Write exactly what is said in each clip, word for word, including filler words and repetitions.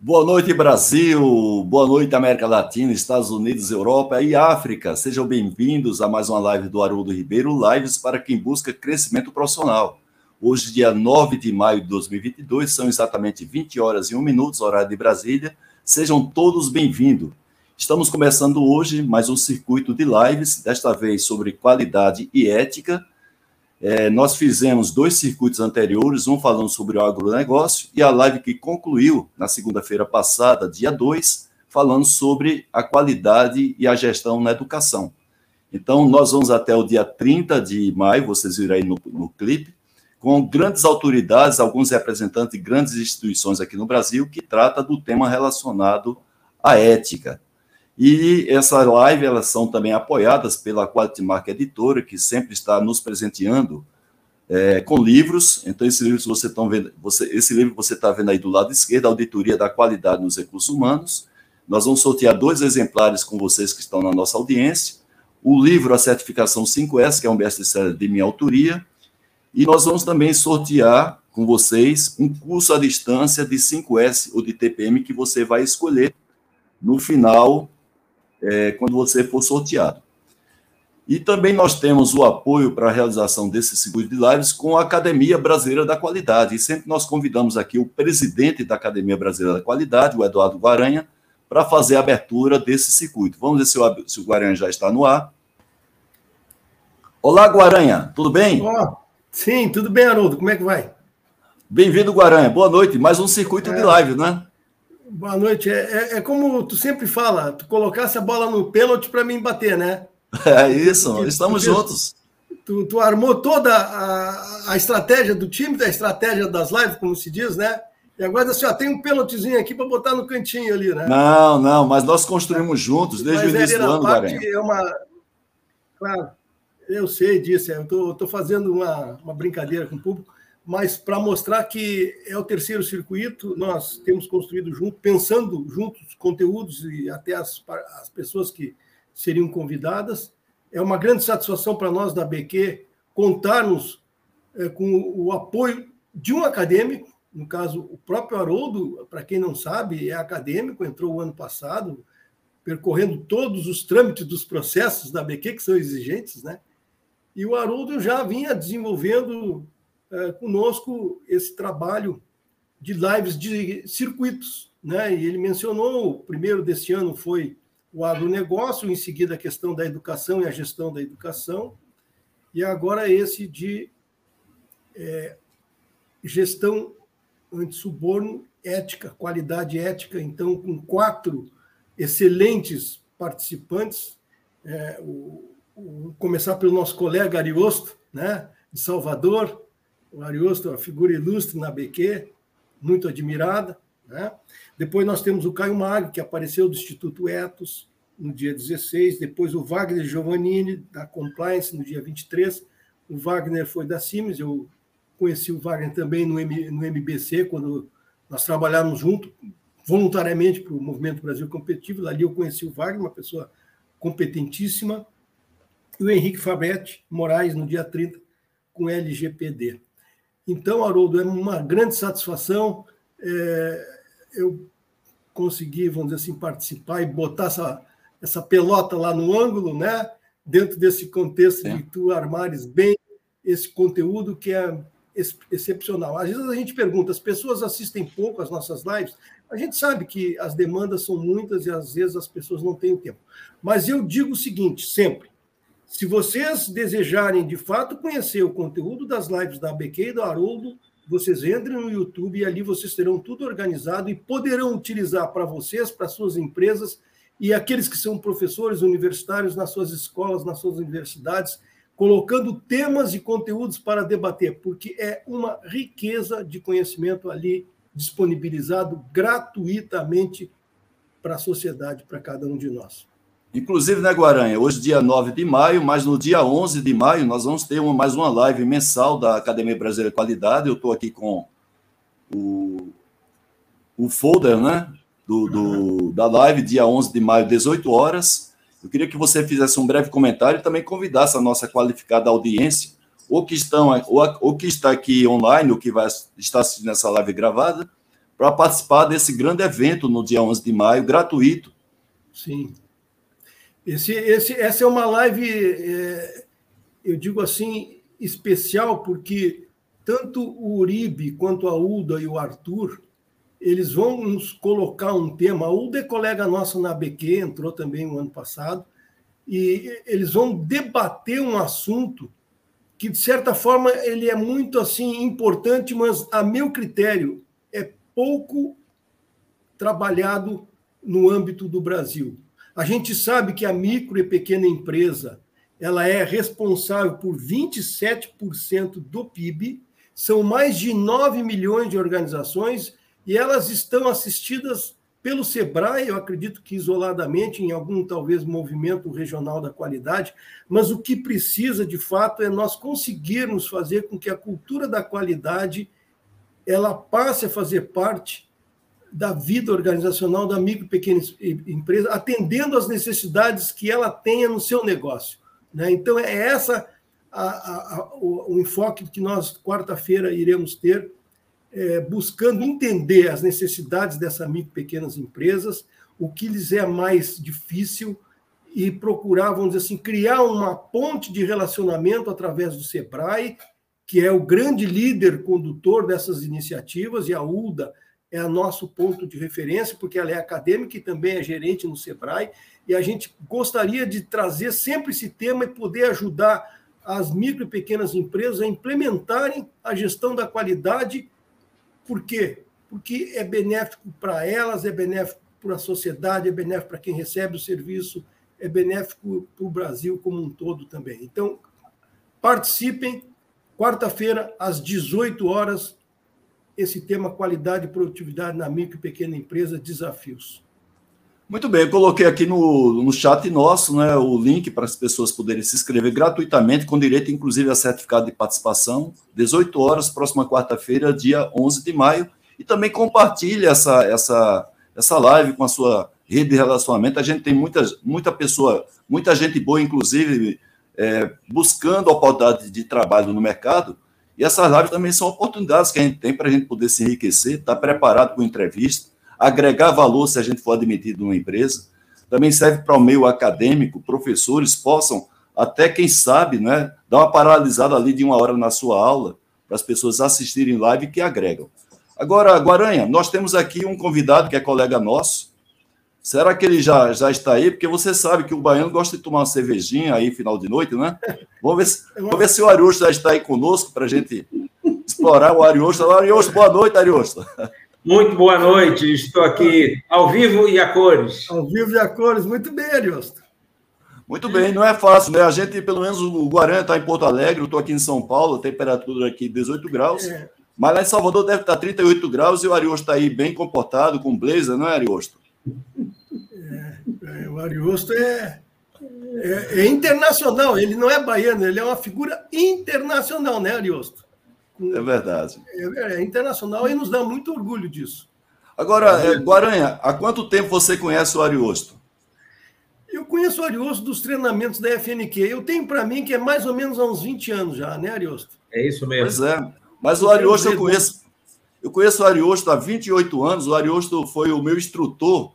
Boa noite, Brasil. Boa noite, América Latina, Estados Unidos, Europa e África. Sejam bem-vindos a mais uma live do Haroldo Ribeiro, lives para quem busca crescimento profissional. Hoje, dia nove de maio de dois mil e vinte e dois, são exatamente vinte horas e um minuto, horário de Brasília. Sejam todos bem-vindos. Estamos começando hoje mais um circuito de lives, desta vez sobre qualidade e ética. É, nós fizemos dois circuitos anteriores, um falando sobre o agronegócio e a live que concluiu na segunda-feira passada, dia dois, falando sobre a qualidade e a gestão na educação. Então, nós vamos até o dia trinta de maio, vocês viram aí no, no clipe, com grandes autoridades, alguns representantes de grandes instituições aqui no Brasil, que trata do tema relacionado à ética. E essa live, elas são também apoiadas pela Quality Mark Editora, que sempre está nos presenteando é, com livros. Então, esse livro, você tá vendo, você, esse livro você está vendo aí do lado esquerdo, Auditoria da Qualidade nos Recursos Humanos. Nós vamos sortear dois exemplares com vocês que estão na nossa audiência. O livro, a certificação cinco S, que é um best-seller de minha autoria. E nós vamos também sortear com vocês um curso à distância de cinco S ou de T P M que você vai escolher no final, É, quando você for sorteado. E também nós temos o apoio para a realização desse circuito de lives com a Academia Brasileira da Qualidade. E sempre nós convidamos aqui o presidente da Academia Brasileira da Qualidade, o Eduardo Guaranha, para fazer a abertura desse circuito. Vamos ver se o, se o Guaranha já está no ar. Olá, Guaranha, tudo bem? Oh, sim, tudo bem, Haroldo. Como é que vai? Bem-vindo, Guaranha. Boa noite. Mais um circuito é... de live, né? Boa noite. É, é, é como tu sempre fala, tu colocasse a bola no pênalti para mim bater, né? É isso, tu, estamos tu, juntos. Tu, tu armou toda a, a estratégia do time, da estratégia das lives, como se diz, né? E agora assim, ó, tem um pênaltizinho aqui para botar no cantinho ali, né? Não, não, mas nós construímos juntos desde mas o início do ano, Guaranha. É uma... Claro, eu sei disso, eu tô, tô fazendo uma, uma brincadeira com o público, mas para mostrar que é o terceiro circuito, nós temos construído junto, pensando juntos os conteúdos e até as, as pessoas que seriam convidadas. É uma grande satisfação para nós da A B Q contarmos é, com o apoio de um acadêmico, no caso, o próprio Haroldo, para quem não sabe, é acadêmico, entrou o ano passado, percorrendo todos os trâmites dos processos da A B Q, que são exigentes, né? E o Haroldo já vinha desenvolvendo conosco esse trabalho de lives de circuitos, né? E ele mencionou, o primeiro deste ano foi o agronegócio, em seguida a questão da educação e a gestão da educação, e agora esse de é, gestão anti-suborno, ética, qualidade ética, então com quatro excelentes participantes, é, o, o, começar pelo nosso colega Ariosto, né, de Salvador. O Ariosto é uma figura ilustre na A B Q, muito admirada, né? Depois nós temos o Caio Magri, que apareceu do Instituto Ethos, no dia dezesseis. Depois o Wagner Giovannini, da Compliance, no dia vinte e três. O Wagner foi da Siemens. Eu conheci o Wagner também no, M, no M B C, quando nós trabalhávamos junto, voluntariamente, para o Movimento Brasil Competitivo. Ali eu conheci o Wagner, uma pessoa competentíssima. E o Henrique Fabretti Moraes, no dia trinta, com L G P D. Então, Haroldo, é uma grande satisfação é, eu conseguir, vamos dizer assim, participar e botar essa, essa pelota lá no ângulo, né? Dentro desse contexto é. de tu armares bem esse conteúdo que é ex excepcional. Às vezes a gente pergunta, as pessoas assistem pouco às nossas lives, a gente sabe que as demandas são muitas e às vezes as pessoas não têm tempo. Mas eu digo o seguinte, sempre, se vocês desejarem, de fato, conhecer o conteúdo das lives da A B Q e do Haroldo, vocês entrem no YouTube e ali vocês terão tudo organizado e poderão utilizar para vocês, para suas empresas e aqueles que são professores universitários nas suas escolas, nas suas universidades, colocando temas e conteúdos para debater, porque é uma riqueza de conhecimento ali disponibilizado gratuitamente para a sociedade, para cada um de nós. Inclusive, né, Guaranha, hoje dia nove de maio, mas no dia onze de maio nós vamos ter uma, mais uma live mensal da Academia Brasileira de Qualidade. Eu estou aqui com o, o folder, né, do, do, da live, dia onze de maio, dezoito horas. Eu queria que você fizesse um breve comentário e também convidasse a nossa qualificada audiência, ou que, estão, ou, ou que está aqui online, ou que vai estar assistindo essa live gravada, para participar desse grande evento no dia onze de maio, gratuito. Sim. Esse, esse, essa é uma live, é, eu digo assim, especial, porque tanto o Uribe quanto a Ulda e o Arthur, eles vão nos colocar um tema. A Ulda é colega nossa na A B Q, entrou também no ano passado, e eles vão debater um assunto que, de certa forma, ele é muito assim importante, mas, a meu critério, é pouco trabalhado no âmbito do Brasil. A gente sabe que a micro e pequena empresa ela é responsável por vinte e sete por cento do P I B, são mais de nove milhões de organizações e elas estão assistidas pelo SEBRAE, eu acredito que isoladamente, em algum, talvez, movimento regional da qualidade, mas o que precisa, de fato, é nós conseguirmos fazer com que a cultura da qualidade ela passe a fazer parte da vida organizacional da micro e pequena empresa, atendendo às necessidades que ela tenha no seu negócio. Né? Então, é essa a, a, a, o, o enfoque que nós, quarta-feira, iremos ter, é, buscando entender as necessidades dessas micro e pequenas empresas, o que lhes é mais difícil, e procurar, vamos dizer assim, criar uma ponte de relacionamento através do SEBRAE, que é o grande líder condutor dessas iniciativas, e a Ulda é o nosso ponto de referência, porque ela é acadêmica e também é gerente no SEBRAE, e a gente gostaria de trazer sempre esse tema e poder ajudar as micro e pequenas empresas a implementarem a gestão da qualidade. Por quê? Porque é benéfico para elas, é benéfico para a sociedade, é benéfico para quem recebe o serviço, é benéfico para o Brasil como um todo também. Então, participem, quarta-feira, às dezoito horas, esse tema qualidade e produtividade na micro e pequena empresa, desafios. Muito bem, eu coloquei aqui no, no chat nosso, né, o link para as pessoas poderem se inscrever gratuitamente, com direito, inclusive, a certificado de participação, dezoito horas, próxima quarta-feira, dia onze de maio, e também compartilhe essa, essa, essa live com a sua rede de relacionamento. A gente tem muita, muita pessoa, muita gente boa, inclusive, é, buscando oportunidade de trabalho no mercado, e essas lives também são oportunidades que a gente tem para a gente poder se enriquecer, estar preparado com entrevista, agregar valor se a gente for admitido numa empresa. Também serve para o meio acadêmico, professores possam, até quem sabe, né, dar uma paralisada ali de uma hora na sua aula, para as pessoas assistirem live que agregam. Agora, Guaranha, nós temos aqui um convidado que é colega nosso. Será que ele já, já está aí? Porque você sabe que o baiano gosta de tomar uma cervejinha aí, final de noite, né? Vamos ver se, vamos ver se o Ariosto já está aí conosco para a gente explorar o Ariosto. Ariosto, boa noite, Ariosto. Muito boa noite, estou aqui ao vivo e a cores. Ao vivo e a cores, muito bem, Ariosto. Muito bem, não é fácil, né? A gente, pelo menos, o Guaranha está em Porto Alegre, eu estou aqui em São Paulo, a temperatura aqui dezoito graus, é. Mas lá em Salvador deve estar trinta e oito graus e o Ariosto está aí bem comportado, com blazer, não é, Ariosto? É, é, o Ariosto é, é, é internacional, ele não é baiano, ele é uma figura internacional, né, Ariosto? É verdade. É, é internacional e nos dá muito orgulho disso. Agora, é, Guaranha, há quanto tempo você conhece o Ariosto? Eu conheço o Ariosto dos treinamentos da F N Q. Eu tenho para mim que é mais ou menos há uns vinte anos já, né, Ariosto? É isso mesmo. Pois é. Mas o Ariosto eu conheço. Eu conheço o Ariosto há vinte e oito anos. O Ariosto foi o meu instrutor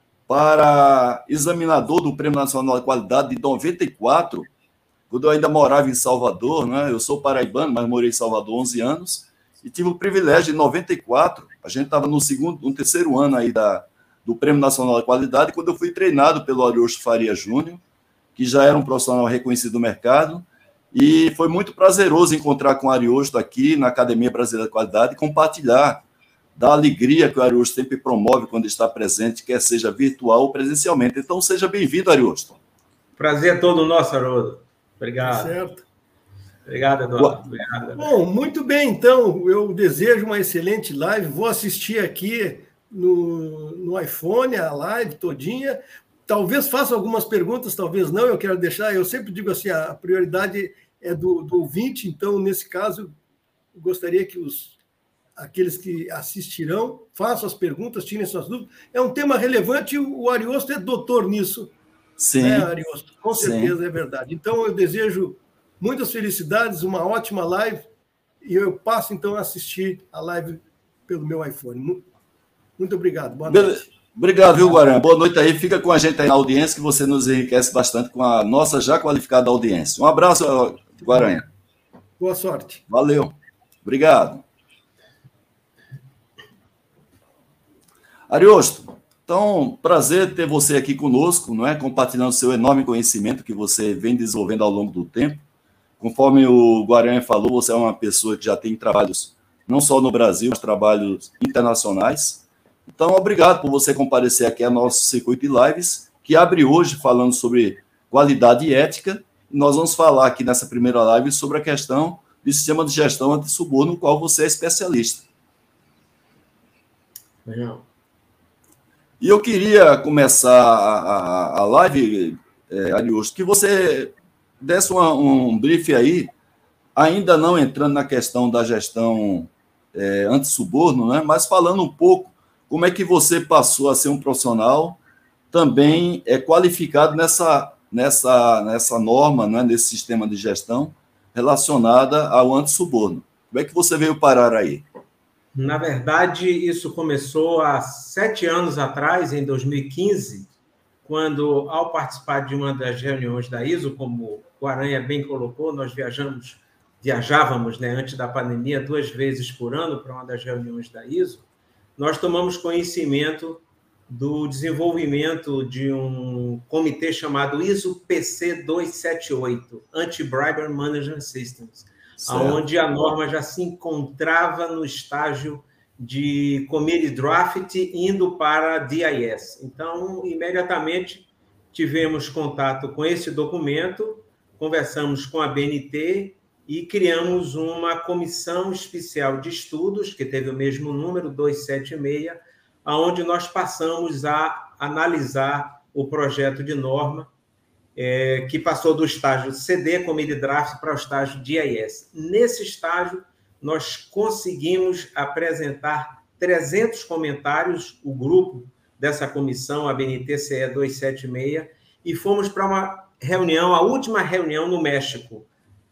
para examinador do Prêmio Nacional de Qualidade de noventa e quatro, quando eu ainda morava em Salvador, né? Eu sou paraibano, mas morei em Salvador onze anos, e tive o privilégio, em noventa e quatro, a gente estava no segundo, no terceiro ano aí da, do Prêmio Nacional de Qualidade, quando eu fui treinado pelo Ariosto Faria Júnior, que já era um profissional reconhecido no mercado, e foi muito prazeroso encontrar com o Ariosto aqui na Academia Brasileira de Qualidade e compartilhar da alegria que o Ariosto sempre promove quando está presente, quer seja virtual ou presencialmente. Então, seja bem-vindo, Ariosto. Prazer é todo nosso, Haroldo. Obrigado. Certo. Obrigado, Eduardo. Obrigado, Eduardo. Bom, muito bem, então, eu desejo uma excelente live, vou assistir aqui no, no iPhone a live todinha, talvez faça algumas perguntas, talvez não, eu quero deixar, eu sempre digo assim, a prioridade é do, do ouvinte, então, nesse caso, eu gostaria que os, aqueles que assistirão façam as perguntas, tirem suas dúvidas. É um tema relevante e o Ariosto é doutor nisso. Sim. Né, Ariosto? Com certeza Sim. É verdade. Então, eu desejo muitas felicidades, uma ótima live, e eu passo, então, a assistir a live pelo meu iPhone. Muito obrigado. Boa noite. Beleza. Obrigado, viu, Guaranha? Boa noite aí. Fica com a gente aí na audiência, que você nos enriquece bastante com a nossa já qualificada audiência. Um abraço, Guaranha. Boa sorte. Valeu. Obrigado. Ariosto, então, prazer ter você aqui conosco, não é? Compartilhando seu enorme conhecimento que você vem desenvolvendo ao longo do tempo. Conforme o Guaranha falou, você é uma pessoa que já tem trabalhos não só no Brasil, mas trabalhos internacionais. Então, obrigado por você comparecer aqui ao nosso circuito de lives, que abre hoje falando sobre qualidade e ética. E nós vamos falar aqui nessa primeira live sobre a questão do sistema de gestão anti-suborno, no qual você é especialista. Legal. E eu queria começar a, a, a live, é, Ariosto, que você desse uma, um brief aí, ainda não entrando na questão da gestão é, anti-suborno, né, mas falando um pouco como é que você passou a ser um profissional também é, qualificado nessa, nessa, nessa norma, né, nesse sistema de gestão relacionada ao anti-suborno. Como é que você veio parar aí? Na verdade, isso começou há sete anos atrás, em dois mil e quinze, quando, ao participar de uma das reuniões da I S O, como o Aranha bem colocou, nós viajamos, viajávamos, né, antes da pandemia, duas vezes por ano para uma das reuniões da I S O, nós tomamos conhecimento do desenvolvimento de um comitê chamado I S O P C duzentos e setenta e oito, Anti-Bribery Management Systems, onde a norma já se encontrava no estágio de Committee Draft indo para D I S. Então, imediatamente tivemos contato com esse documento, conversamos com a B N T e criamos uma comissão especial de estudos, que teve o mesmo número, duzentos e setenta e seis, onde nós passamos a analisar o projeto de norma, é, que passou do estágio C D, Committee Draft, para o estágio D I S. Nesse estágio, nós conseguimos apresentar trezentos comentários, o grupo dessa comissão, a B N T C E duzentos e setenta e seis, e fomos para uma reunião, a última reunião no México,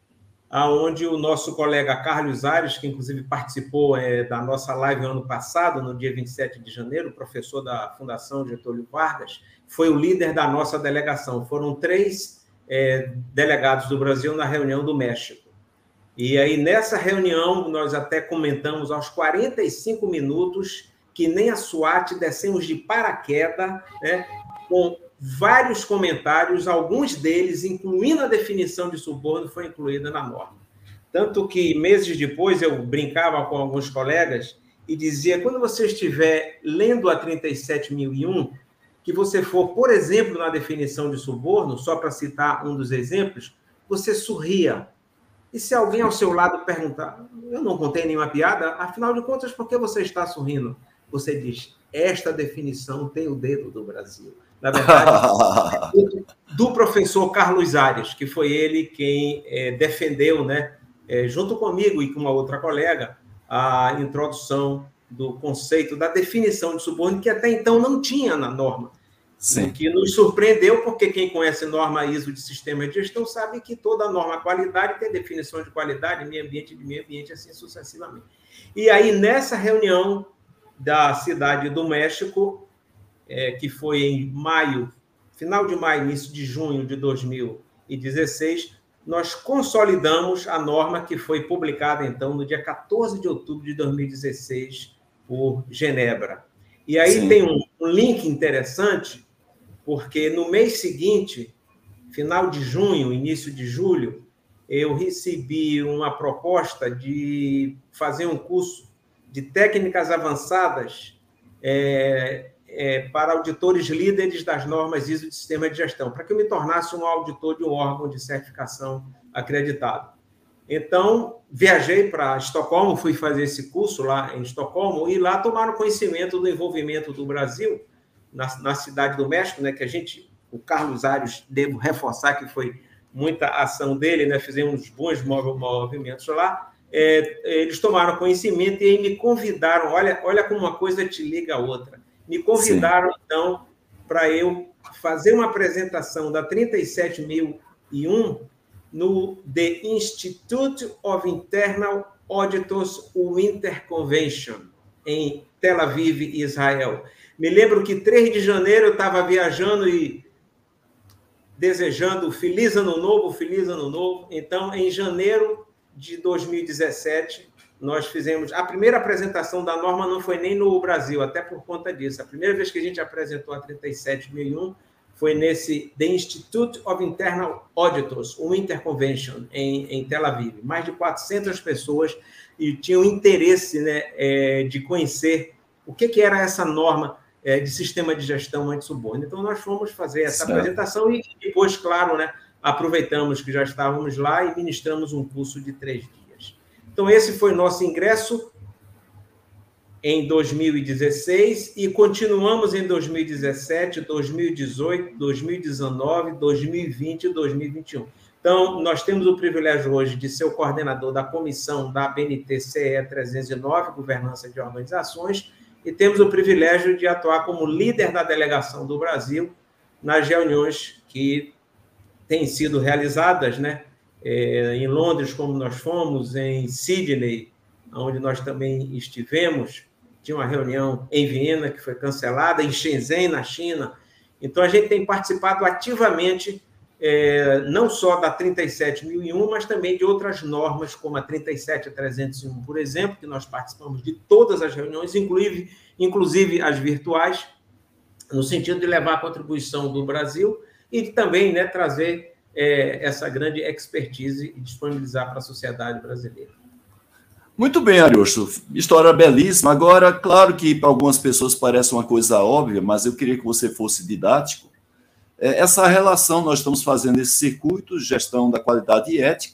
onde o nosso colega Carlos Aires, que inclusive participou é, da nossa live ano passado, no dia vinte e sete de janeiro, professor da Fundação Getúlio Vargas, foi o líder da nossa delegação. Foram três é, delegados do Brasil na reunião do México. E aí, nessa reunião, nós até comentamos aos quarenta e cinco minutos que nem a SWAT descemos de paraquedas, né, com vários comentários, alguns deles, incluindo a definição de suborno, foi incluída na norma. Tanto que, meses depois, eu brincava com alguns colegas e dizia, quando você estiver lendo a trinta e sete mil e um, que você for, por exemplo, na definição de suborno, só para citar um dos exemplos, você sorria. E se alguém ao seu lado perguntar, eu não contei nenhuma piada, afinal de contas, por que você está sorrindo? Você diz, esta definição tem o dedo do Brasil. Na verdade, do professor Carlos Aires, que foi ele quem é, defendeu, né, é, junto comigo e com uma outra colega, a introdução do conceito da definição de suborno, que até então não tinha na norma. Sim. O que nos surpreendeu, porque quem conhece norma I S O de sistema de gestão sabe que toda norma qualidade tem definição de qualidade, meio ambiente de meio ambiente, assim sucessivamente. E aí, nessa reunião da cidade do México, é, que foi em maio, final de maio, início de junho de dois mil e dezesseis, nós consolidamos a norma que foi publicada, então, no dia quatorze de outubro de dois mil e dezesseis, por Genebra. E aí Sim. tem um, um link interessante, porque no mês seguinte, final de junho, início de julho, eu recebi uma proposta de fazer um curso de técnicas avançadas é, é, para auditores líderes das normas I S O de sistema de gestão, para que eu me tornasse um auditor de um órgão de certificação acreditado. Então, viajei para Estocolmo, fui fazer esse curso lá em Estocolmo, e lá tomaram conhecimento do envolvimento do Brasil na, na cidade do México, né, que a gente, o Carlos Aires, devo reforçar que foi muita ação dele, né, fizemos bons movimentos lá, é, eles tomaram conhecimento e aí me convidaram, olha, olha como uma coisa te liga a outra, me convidaram, Sim. então, para eu fazer uma apresentação da trinta e sete mil e um no The Institute of Internal Auditors Winter Convention, em Tel Aviv, Israel. Me lembro que três de janeiro eu estava viajando e desejando Feliz Ano Novo, Feliz Ano Novo. Então, em janeiro de dois mil e dezessete, nós fizemos... A primeira apresentação da norma não foi nem no Brasil, até por conta disso. A primeira vez que a gente apresentou a trinta e sete mil e um foi nesse The Institute of Internal Auditors, o Interconvention, em, em Tel Aviv. Mais de quatrocentas pessoas e tinham interesse, né, é, de conhecer o que, que era essa norma é, de sistema de gestão antissuborno. Então, nós fomos fazer essa certo. apresentação e depois, claro, né, aproveitamos que já estávamos lá e ministramos um curso de três dias. Então, esse foi nosso ingresso em dois mil e dezesseis e continuamos em dois mil e dezessete, dois mil e dezoito, dois mil e dezenove, dois mil e vinte e dois mil e vinte e um. Então, nós temos o privilégio hoje de ser o coordenador da comissão da B N T C E trezentos e nove, Governança de Organizações, e temos o privilégio de atuar como líder da delegação do Brasil nas reuniões que têm sido realizadas, né? É, em Londres, como nós fomos, em Sydney, onde nós também estivemos, tinha uma reunião em Viena que foi cancelada, em Shenzhen, na China. Então, a gente tem participado ativamente É, não só da trinta e sete mil e um, mas também de outras normas, como a trinta e sete mil trezentos e um, por exemplo, que nós participamos de todas as reuniões, inclusive, inclusive as virtuais, no sentido de levar a contribuição do Brasil e de também, né, trazer é, essa grande expertise e disponibilizar para a sociedade brasileira. Muito bem, Ariosto. História belíssima. Agora, claro que para algumas pessoas parece uma coisa óbvia, mas eu queria que você fosse didático. Essa relação nós estamos fazendo esse circuito, gestão da qualidade e ética.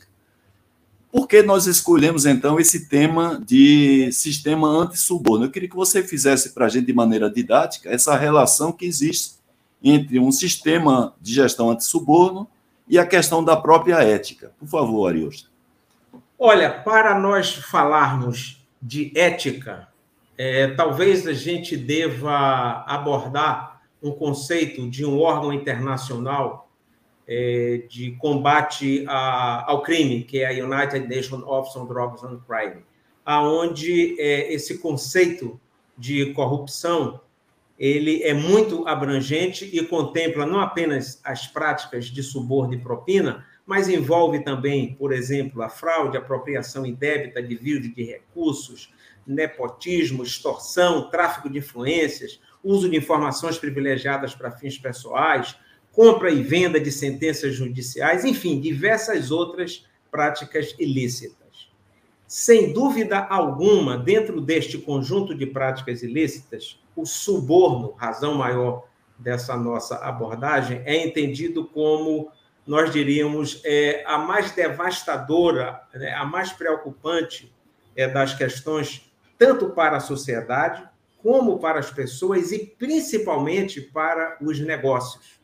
Por que nós escolhemos, então, esse tema de sistema antissuborno? Eu queria que você fizesse para a gente, de maneira didática, essa relação que existe entre um sistema de gestão antissuborno e a questão da própria ética. Por favor, Ariosto. Olha, para nós falarmos de ética, é, talvez a gente deva abordar um conceito de um órgão internacional é, de combate a, ao crime, que é a United Nations Office on Drugs and Crime, aonde é, esse conceito de corrupção ele é muito abrangente e contempla não apenas as práticas de suborno e propina, mas envolve também, por exemplo, a fraude, apropriação indébita de desvio de recursos, nepotismo, extorsão, tráfico de influências, uso de informações privilegiadas para fins pessoais, compra e venda de sentenças judiciais, enfim, diversas outras práticas ilícitas. Sem dúvida alguma, dentro deste conjunto de práticas ilícitas, o suborno, razão maior dessa nossa abordagem, é entendido como, nós diríamos, é, a mais devastadora, né, a mais preocupante é, das questões, tanto para a sociedade, como para as pessoas e principalmente para os negócios.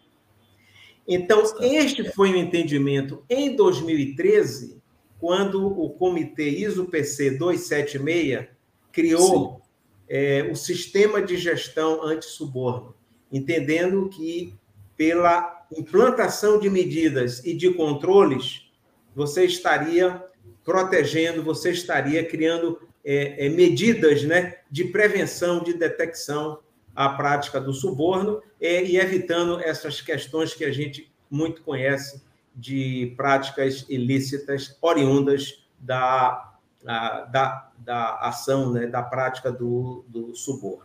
Então, este foi o entendimento em dois mil e treze, quando o Comitê I S O P C duzentos e setenta e seis criou é, o Sistema de Gestão Antissuborno, entendendo que, pela implantação de medidas e de controles, você estaria protegendo, você estaria criando É, é, medidas, né, de prevenção, de detecção à prática do suborno é, e evitando essas questões que a gente muito conhece de práticas ilícitas oriundas da, a, da, da ação, né, da prática do, do suborno.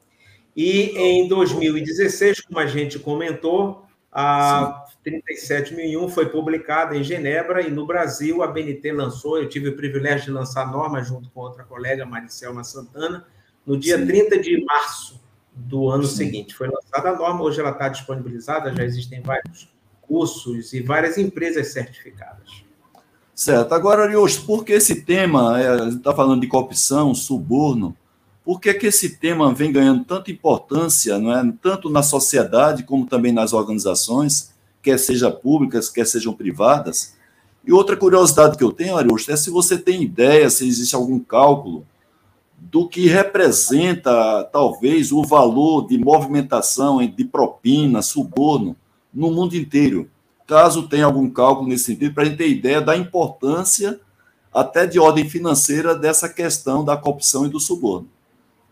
E em dois mil e dezesseis, como a gente comentou, a trinta e sete mil e um foi publicada em Genebra e no Brasil a B N T lançou, eu tive o privilégio de lançar a norma junto com outra colega, Maricelma Santana, no dia Sim. trinta de março do ano Sim. seguinte. Foi lançada a norma, hoje ela está disponibilizada, já existem vários cursos e várias empresas certificadas. Certo. Agora, Ariosto, por que esse tema, é, a gente está falando de corrupção, suborno, por que, que esse tema vem ganhando tanta importância, não é? Tanto na sociedade como também nas organizações, quer sejam públicas, quer sejam privadas? E outra curiosidade que eu tenho, Ariosto, é se você tem ideia, se existe algum cálculo do que representa, talvez, o valor de movimentação de propina, suborno, no mundo inteiro. Caso tenha algum cálculo nesse sentido, para a gente ter ideia da importância, até de ordem financeira, dessa questão da corrupção e do suborno.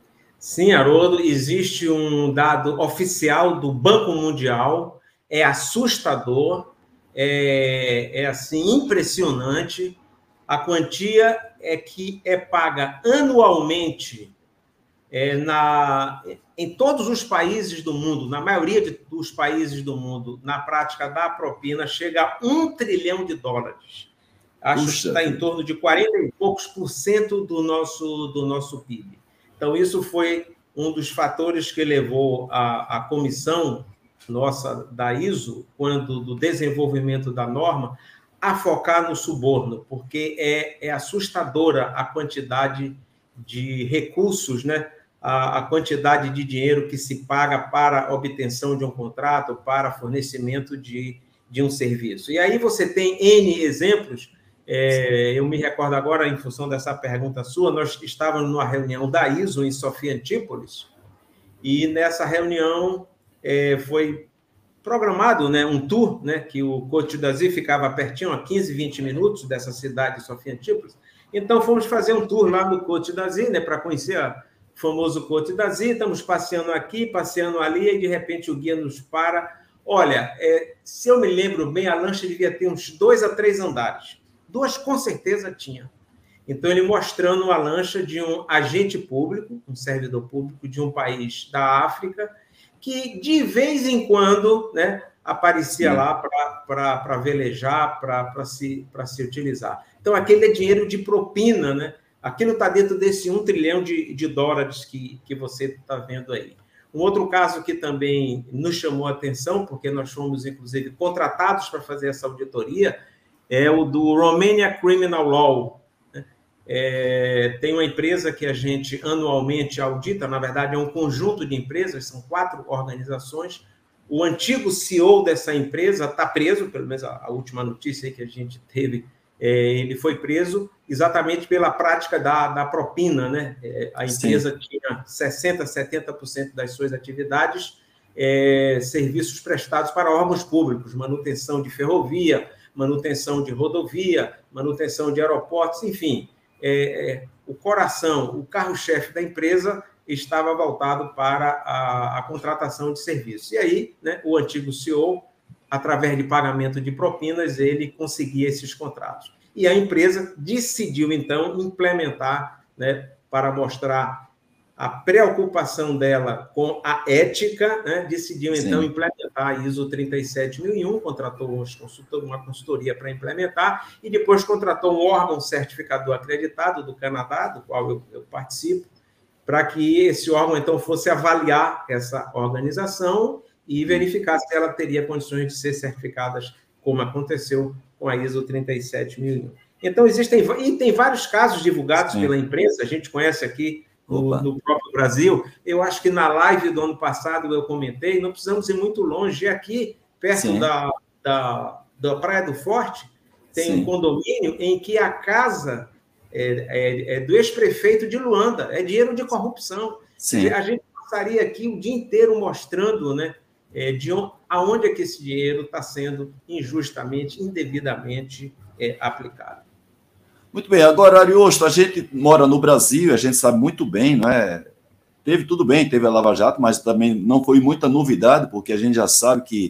Sim, Haroldo, existe um dado oficial do Banco Mundial, é assustador, é, é assim, impressionante. A quantia é que é paga anualmente é, na, em todos os países do mundo, na maioria de, dos países do mundo, na prática da propina, chega a um trilhão de dólares. Acho Puxa, que está em torno de quarenta e poucos por cento do nosso, do nosso P I B. Então, isso foi um dos fatores que levou a, a comissão nossa da I S O, quando do desenvolvimento da norma, a focar no suborno, porque é, é assustadora a quantidade de recursos, né? a, a quantidade de dinheiro que se paga para a obtenção de um contrato, para fornecimento de, de um serviço. E aí você tem N exemplos. É, eu me recordo agora, em função dessa pergunta sua, nós estávamos numa reunião da I S O em Sofia Antípolis, e nessa reunião é, foi programado, né, um tour, né, que o Côte d'Azur ficava pertinho, a quinze, vinte minutos dessa cidade de Sofia Antípolis. Então, fomos fazer um tour lá no Côte d'Azur, né, para conhecer o famoso Côte d'Azur. Estamos passeando aqui, passeando ali, e de repente o guia nos para. Olha, é, se eu me lembro bem, a lancha devia ter uns dois a três andares. Duas, com certeza, tinha. Então, ele mostrando a lancha de um agente público, um servidor público de um país da África, que, de vez em quando, né, aparecia Sim. lá para velejar, para se, se utilizar. Então, aquele é dinheiro de propina, né? Aquilo está dentro desse um trilhão de, de dólares que, que você está vendo aí. Um outro caso que também nos chamou a atenção, porque nós fomos, inclusive, contratados para fazer essa auditoria, é o do Romania Criminal Law. É, tem uma empresa que a gente anualmente audita, na verdade é um conjunto de empresas, são quatro organizações. O antigo C E O dessa empresa está preso, pelo menos a, a última notícia que a gente teve, é, ele foi preso exatamente pela prática da, da propina, né? É, a empresa Sim. tinha sessenta por cento, setenta por cento das suas atividades, é, serviços prestados para órgãos públicos, manutenção de ferrovia, manutenção de rodovia, manutenção de aeroportos, enfim. É, é, o coração, o carro-chefe da empresa estava voltado para a, a contratação de serviços. E aí, né, o antigo C E O, através de pagamento de propinas, ele conseguia esses contratos. E a empresa decidiu, então, implementar, né, para mostrar a preocupação dela com a ética, né, decidiu, então, Sim. implementar a I S O trinta e sete mil e um, contratou uma consultoria para implementar e depois contratou um órgão certificador acreditado do Canadá, do qual eu, eu participo, para que esse órgão, então, fosse avaliar essa organização e verificar se ela teria condições de ser certificada, como aconteceu com a I S O trinta e sete mil e um. Então, existem e tem vários casos divulgados Sim. pela imprensa, a gente conhece aqui no, no próprio Brasil. Eu acho que na live do ano passado eu comentei, não precisamos ir muito longe. Aqui, perto da, da, da Praia do Forte, tem Sim. um condomínio em que a casa é, é, é do ex-prefeito de Luanda, é dinheiro de corrupção. Sim. A gente passaria aqui o dia inteiro mostrando, né, é, de onde, aonde é que esse dinheiro está sendo injustamente, indevidamente é, aplicado. Muito bem, agora, Ariosto, a gente mora no Brasil, a gente sabe muito bem, não é? Teve tudo bem, teve a Lava Jato, mas também não foi muita novidade, porque a gente já sabe que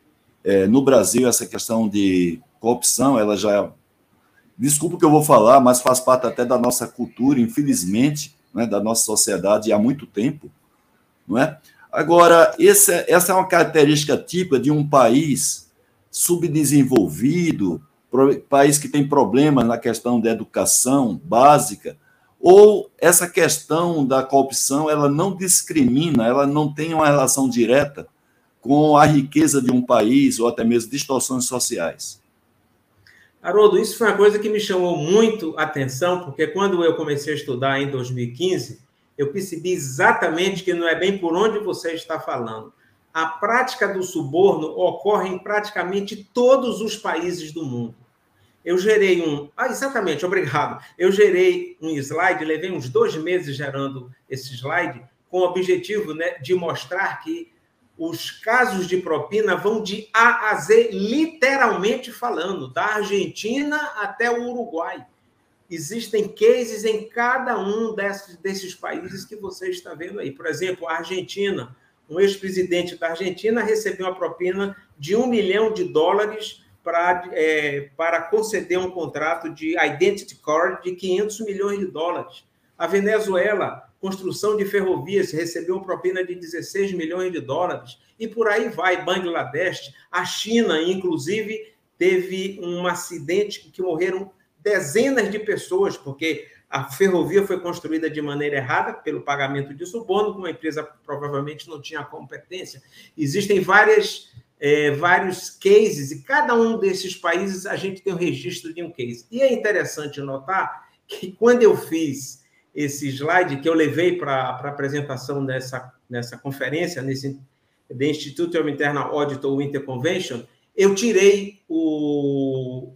é, no Brasil essa questão de corrupção, ela já, desculpa o que eu vou falar, mas faz parte até da nossa cultura, infelizmente, né, da nossa sociedade há muito tempo, não é? Agora, esse, essa é uma característica típica de um país subdesenvolvido, país que tem problemas na questão da educação básica, ou essa questão da corrupção, ela não discrimina, ela não tem uma relação direta com a riqueza de um país, ou até mesmo distorções sociais? Haroldo, isso foi uma coisa que me chamou muito a atenção, porque quando eu comecei a estudar em dois mil e quinze, eu percebi exatamente que não é bem por onde você está falando. A prática do suborno ocorre em praticamente todos os países do mundo. Eu gerei um... Ah, exatamente, obrigado. Eu gerei um slide, levei uns dois meses gerando esse slide, com o objetivo, né, de mostrar que os casos de propina vão de A a Z, literalmente falando, da Argentina até o Uruguai. existem cases em cada um desses, desses países que você está vendo aí. Por exemplo, a Argentina, um ex-presidente da Argentina recebeu uma propina de um milhão de dólares para, é, para conceder um contrato de Identity Card de quinhentos milhões de dólares. A Venezuela, construção de ferrovias, recebeu uma propina de dezesseis milhões de dólares. E por aí vai, Bangladesh. A China, inclusive, teve um acidente que morreram dezenas de pessoas, porque a ferrovia foi construída de maneira errada, pelo pagamento de suborno, como a empresa provavelmente não tinha competência. Existem várias, é, vários cases, e cada um desses países a gente tem um registro de um case. E é interessante notar que quando eu fiz esse slide, que eu levei para a apresentação nessa, nessa conferência, nesse The Institute of Internal Audit ou Interconvention, eu tirei o...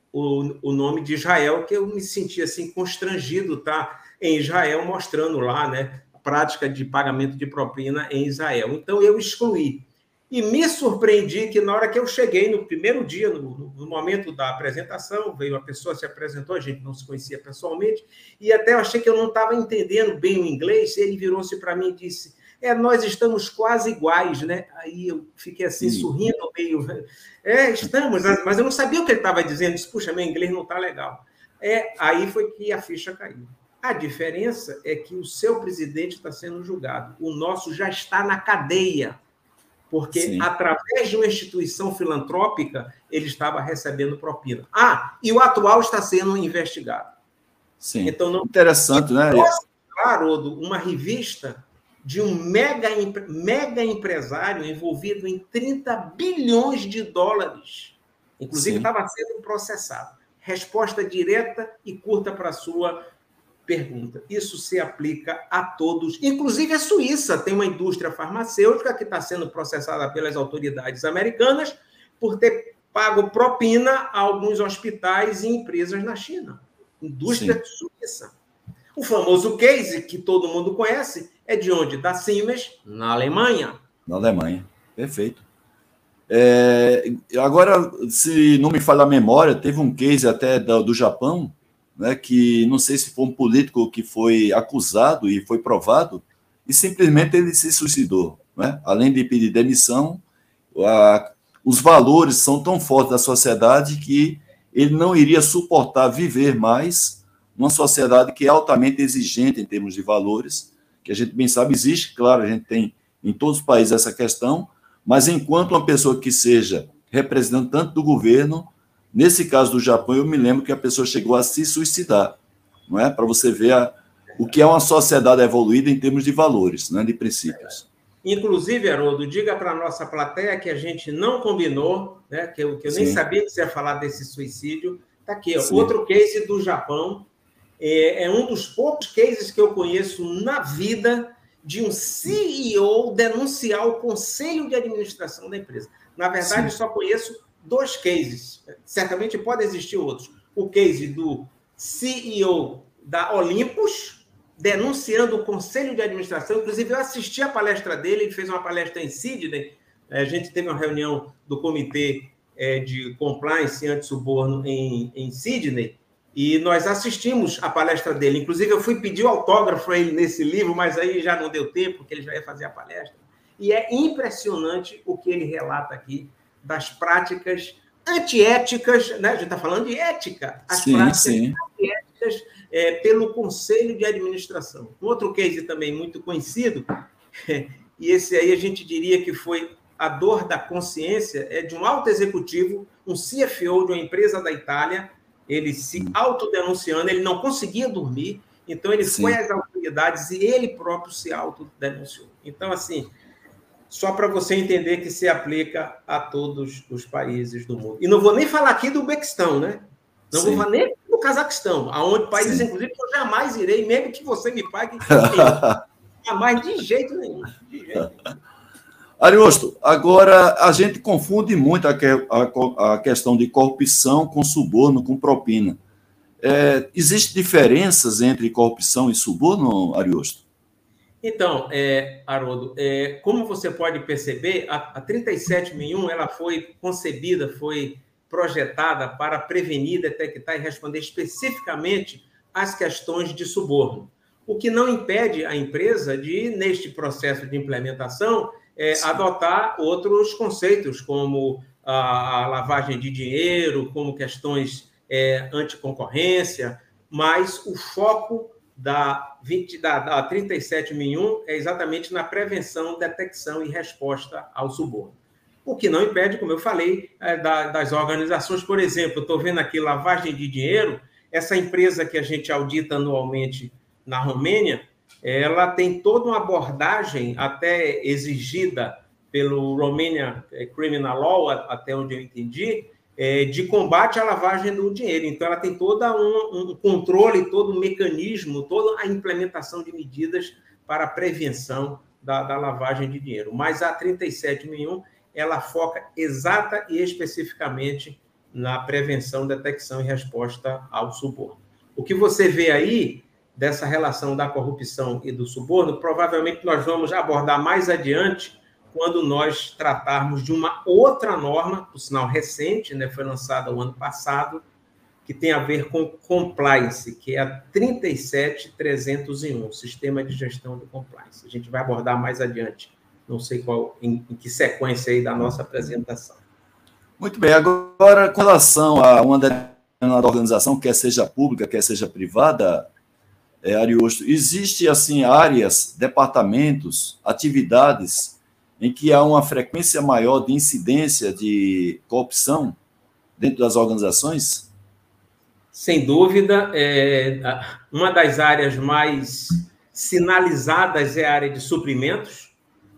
O, o nome de Israel, que eu me senti assim constrangido, tá? Em Israel, mostrando lá, né, a prática de pagamento de propina em Israel. Então, eu excluí. E me surpreendi que, na hora que eu cheguei, no primeiro dia, no, no momento da apresentação, veio uma pessoa, se apresentou, a gente não se conhecia pessoalmente, e até eu achei que eu não estava entendendo bem o inglês, e ele virou-se para mim e disse: é, nós estamos quase iguais, né? Aí eu fiquei assim, Sim. sorrindo meio... É, estamos, mas eu não sabia o que ele estava dizendo. Disse, puxa, meu inglês não está legal. É, aí foi que a ficha caiu. A diferença é que o seu presidente está sendo julgado. O nosso já está na cadeia, porque Sim. através de uma instituição filantrópica, ele estava recebendo propina. Ah, e o atual está sendo investigado. Sim, então, não... interessante, né? Haroldo, uma revista de um mega, mega empresário envolvido em trinta bilhões de dólares. Inclusive, Sim. estava sendo processado. Resposta direta e curta para a sua pergunta. Isso se aplica a todos. Inclusive, a Suíça tem uma indústria farmacêutica que está sendo processada pelas autoridades americanas por ter pago propina a alguns hospitais e empresas na China. Indústria Sim. suíça. O famoso case, que todo mundo conhece, é de onde? Da Siemens, na Alemanha. Na Alemanha, perfeito. É, agora, se não me falha a memória, teve um case até do, do Japão, né, que não sei se foi um político que foi acusado e foi provado, e simplesmente ele se suicidou. Né? Além de pedir demissão, a, os valores são tão fortes da sociedade que ele não iria suportar viver mais uma sociedade que é altamente exigente em termos de valores, que a gente bem sabe existe, claro, a gente tem em todos os países essa questão, mas enquanto uma pessoa que seja representante do governo, nesse caso do Japão, eu me lembro que a pessoa chegou a se suicidar, não é? Para você ver a, o que é uma sociedade evoluída em termos de valores, né, de princípios. Inclusive, Haroldo, diga para a nossa plateia que a gente não combinou, né, que eu, que eu nem sabia que você ia falar desse suicídio. Está aqui, ó, outro case do Japão. É, é um dos poucos cases que eu conheço na vida de um C E O denunciar o conselho de administração da empresa. Na verdade, Sim. só conheço dois cases. Certamente podem existir outros. O case do C E O da Olympus, denunciando o conselho de administração. Inclusive, eu assisti a palestra dele, ele fez uma palestra em Sydney. A gente teve uma reunião do Comitê de Compliance e Antissuborno em, em Sydney, e nós assistimos a palestra dele. Inclusive, eu fui pedir o autógrafo a ele nesse livro, mas aí já não deu tempo, porque ele já ia fazer a palestra. E é impressionante o que ele relata aqui das práticas antiéticas, né? A gente está falando de ética, as sim, práticas sim. antiéticas é, pelo Conselho de Administração. Um outro case também muito conhecido, e esse aí a gente diria que foi a dor da consciência, é de um alto executivo, um C F O de uma empresa da Itália, ele se autodenunciando, ele não conseguia dormir, então ele Sim. foi às autoridades e ele próprio se autodenunciou. Então, assim, só para você entender que se aplica a todos os países do mundo. E não vou nem falar aqui do Uzbequistão, né? Não Sim. vou falar nem do Cazaquistão, aonde países, Sim. inclusive, que eu jamais irei, mesmo que você me pague, jamais de jeito nenhum. De jeito nenhum. Ariosto, agora a gente confunde muito a, que, a, a questão de corrupção com suborno, com propina. É, Existem diferenças entre corrupção e suborno, Ariosto? Então, é, Haroldo, é, como você pode perceber, a, a trinta e sete sessenta e um ela foi concebida, foi projetada para prevenir, detectar e responder especificamente às questões de suborno. O que não impede a empresa de, neste processo de implementação, é, adotar outros conceitos, como a, a lavagem de dinheiro, como questões é, anticoncorrência, mas o foco da, vinte, da, da trinta e sete mil e um é exatamente na prevenção, detecção e resposta ao suborno. O que não impede, como eu falei, é, da, das organizações. Por exemplo, estou vendo aqui lavagem de dinheiro, essa empresa que a gente audita anualmente na Romênia, ela tem toda uma abordagem até exigida pelo Romanian Criminal Law, até onde eu entendi, de combate à lavagem do dinheiro. Então, ela tem todo um, um controle, todo um mecanismo, toda a implementação de medidas para a prevenção da, da lavagem de dinheiro. Mas a trinta e sete mil e um, ela foca exata e especificamente na prevenção, detecção e resposta ao suborno. O que você vê aí dessa relação da corrupção e do suborno, provavelmente nós vamos abordar mais adiante quando nós tratarmos de uma outra norma, por sinal recente, né, foi lançada o ano passado, que tem a ver com compliance, que é a trinta e sete mil trezentos e um, Sistema de Gestão de Compliance. A gente vai abordar mais adiante, não sei qual, em, em que sequência aí da nossa apresentação. Muito bem, agora com relação a uma determinada organização, quer seja pública, quer seja privada, é, Ariosto, existe assim áreas, departamentos, atividades em que há uma frequência maior de incidência de corrupção dentro das organizações? Sem dúvida, é, uma das áreas mais sinalizadas é a área de suprimentos,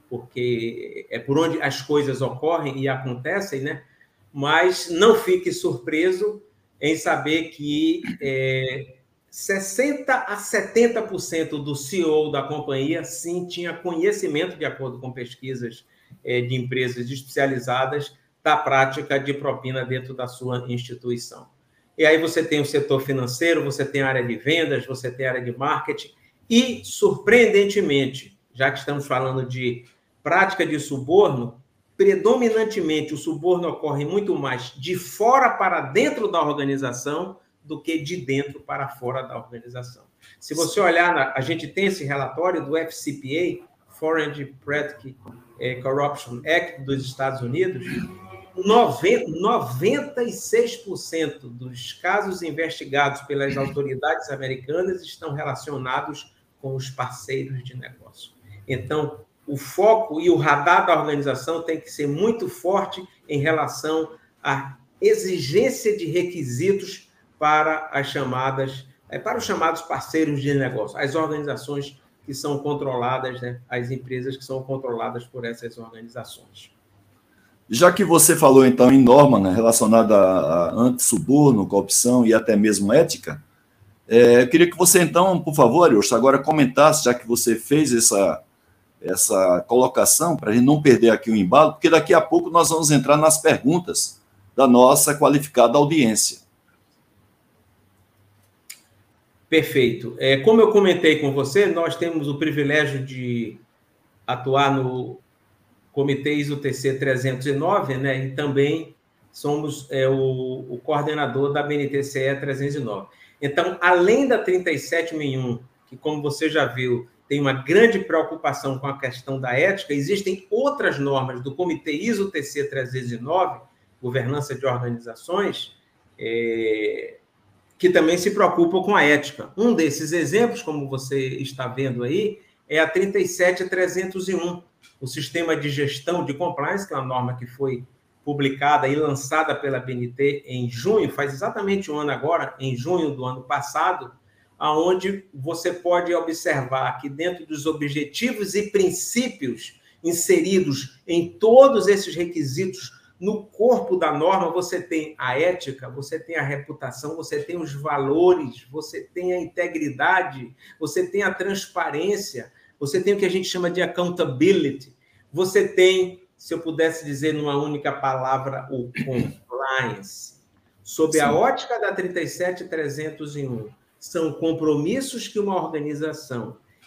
porque é por onde as coisas ocorrem e acontecem, né? Mas não fique surpreso em saber que é, sessenta a setenta por cento do C E O da companhia, sim, tinha conhecimento, de acordo com pesquisas é, de empresas especializadas, da prática de propina dentro da sua instituição. E aí você tem o setor financeiro, você tem a área de vendas, você tem a área de marketing e, surpreendentemente, já que estamos falando de prática de suborno, predominantemente o suborno ocorre muito mais de fora para dentro da organização do que de dentro para fora da organização. Se você olhar, a gente tem esse relatório do F C P A, Foreign Practice Corruption Act dos Estados Unidos, noventa e seis por cento dos casos investigados pelas autoridades americanas estão relacionados com os parceiros de negócio. Então, o foco e o radar da organização tem que ser muito forte em relação à exigência de requisitos para as chamadas, para os chamados parceiros de negócio, as organizações que são controladas, né, as empresas que são controladas por essas organizações. Já que você falou, então, em norma, né, relacionada a antissuborno, corrupção e até mesmo ética, é, eu queria que você, então, por favor, Ariosto, agora comentasse, já que você fez essa, essa colocação, para a gente não perder aqui o embalo, porque daqui a pouco nós vamos entrar nas perguntas da nossa qualificada audiência. Perfeito. É, como eu comentei com você, nós temos o privilégio de atuar no Comitê I S O T C trezentos e nove, né? E também somos é, o, o coordenador da B N T C E trezentos e nove. Então, além da trinta e sete mil e um, que, como você já viu, tem uma grande preocupação com a questão da ética, existem outras normas do Comitê I S O T C trezentos e nove, Governança de Organizações, é, que também se preocupam com a ética. Um desses exemplos, como você está vendo aí, é a trinta e sete mil trezentos e um, o Sistema de Gestão de Compliance, que é uma norma que foi publicada e lançada pela B N T em junho, faz exatamente um ano agora, em junho do ano passado, aonde você pode observar que dentro dos objetivos e princípios inseridos em todos esses requisitos, no corpo da norma, você tem a ética, você tem a reputação, você tem os valores, você tem a integridade, você tem a transparência, você tem o que a gente chama de accountability, você tem, se eu pudesse dizer numa única palavra, o compliance. Sob Sim. a ótica da trinta e sete mil trezentos e um, são compromissos que uma organização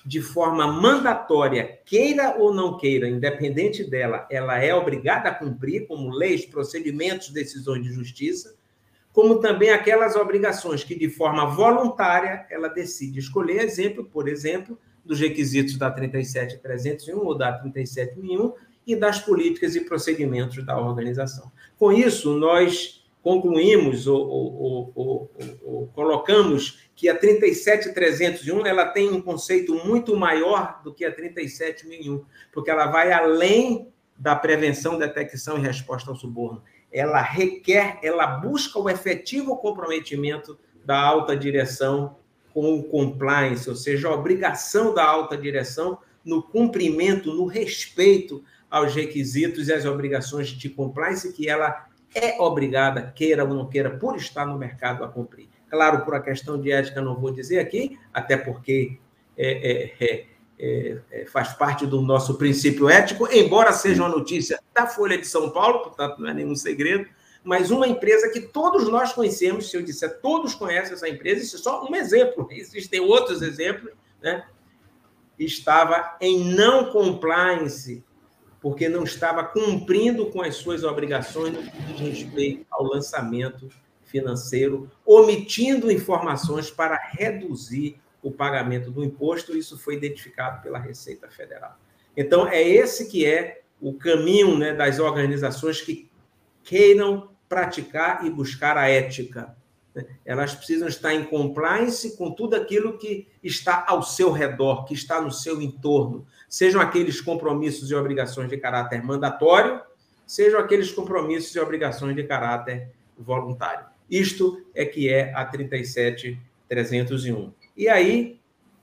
de forma mandatória, queira ou não queira, independente dela, ela é obrigada a cumprir, como leis, procedimentos, decisões de justiça, como também aquelas obrigações que, de forma voluntária, ela decide escolher, exemplo, por exemplo, dos requisitos da trinta e sete mil trezentos e um ou da trinta e sete mil e um e das políticas e procedimentos da organização. Com isso, nós concluímos ou, ou, ou, ou, ou colocamos que a trinta e sete mil trezentos e um ela tem um conceito muito maior do que a trinta e sete mil e um, porque ela vai além da prevenção, detecção e resposta ao suborno. Ela requer, ela busca o efetivo comprometimento da alta direção com o compliance, ou seja, a obrigação da alta direção no cumprimento, no respeito aos requisitos e às obrigações de compliance que ela é obrigada, queira ou não queira, por estar no mercado a cumprir. Claro, por a questão de ética, não vou dizer aqui, até porque é, é, é, é, faz parte do nosso princípio ético, embora seja uma notícia da Folha de São Paulo, portanto não é nenhum segredo, mas uma empresa que todos nós conhecemos, se eu disser todos conhecem essa empresa, isso é só um exemplo, existem outros exemplos, né? Estava em não compliance, porque não estava cumprindo com as suas obrigações no que diz respeito ao lançamento financeiro, omitindo informações para reduzir o pagamento do imposto. Isso foi identificado pela Receita Federal. Então, é esse que é o caminho, né, das organizações que queiram praticar e buscar a ética. Elas precisam estar em compliance com tudo aquilo que está ao seu redor, que está no seu entorno, sejam aqueles compromissos e obrigações de caráter mandatório, sejam aqueles compromissos e obrigações de caráter voluntário. Isto é que é a trinta e sete mil trezentos e um. E aí,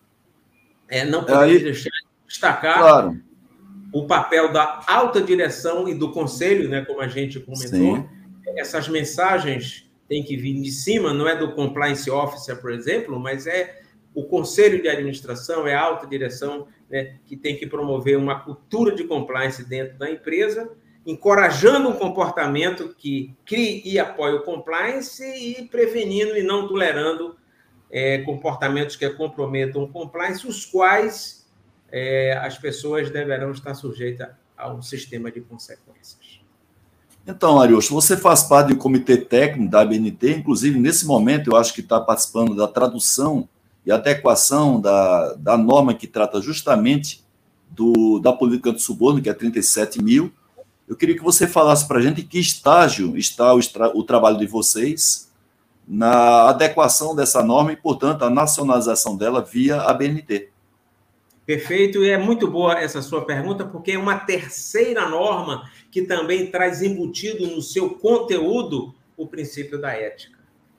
é, não podemos aí, deixar de destacar claro. o papel da alta direção e do conselho, né, como a gente comentou. Sim. Essas mensagens têm que vir de cima, não é do compliance officer, por exemplo, mas é o conselho de administração, é a alta direção, né, que tem que promover uma cultura de compliance dentro da empresa, encorajando um comportamento que crie e apoie o compliance e prevenindo e não tolerando é, comportamentos que comprometam o compliance, os quais é, as pessoas deverão estar sujeitas a um sistema de consequências. Então, Ariosto, você faz parte do comitê técnico da A B N T, inclusive, nesse momento, eu acho que está participando da tradução e adequação da, da norma que trata justamente do, da política de suborno, que é trinta e sete mil. Eu queria que você falasse para a gente em que estágio está o, o trabalho de vocês na adequação dessa norma e, portanto, a nacionalização dela via A B N T. Perfeito, e é muito boa essa sua pergunta, porque é uma terceira norma que também traz embutido no seu conteúdo o princípio da ética.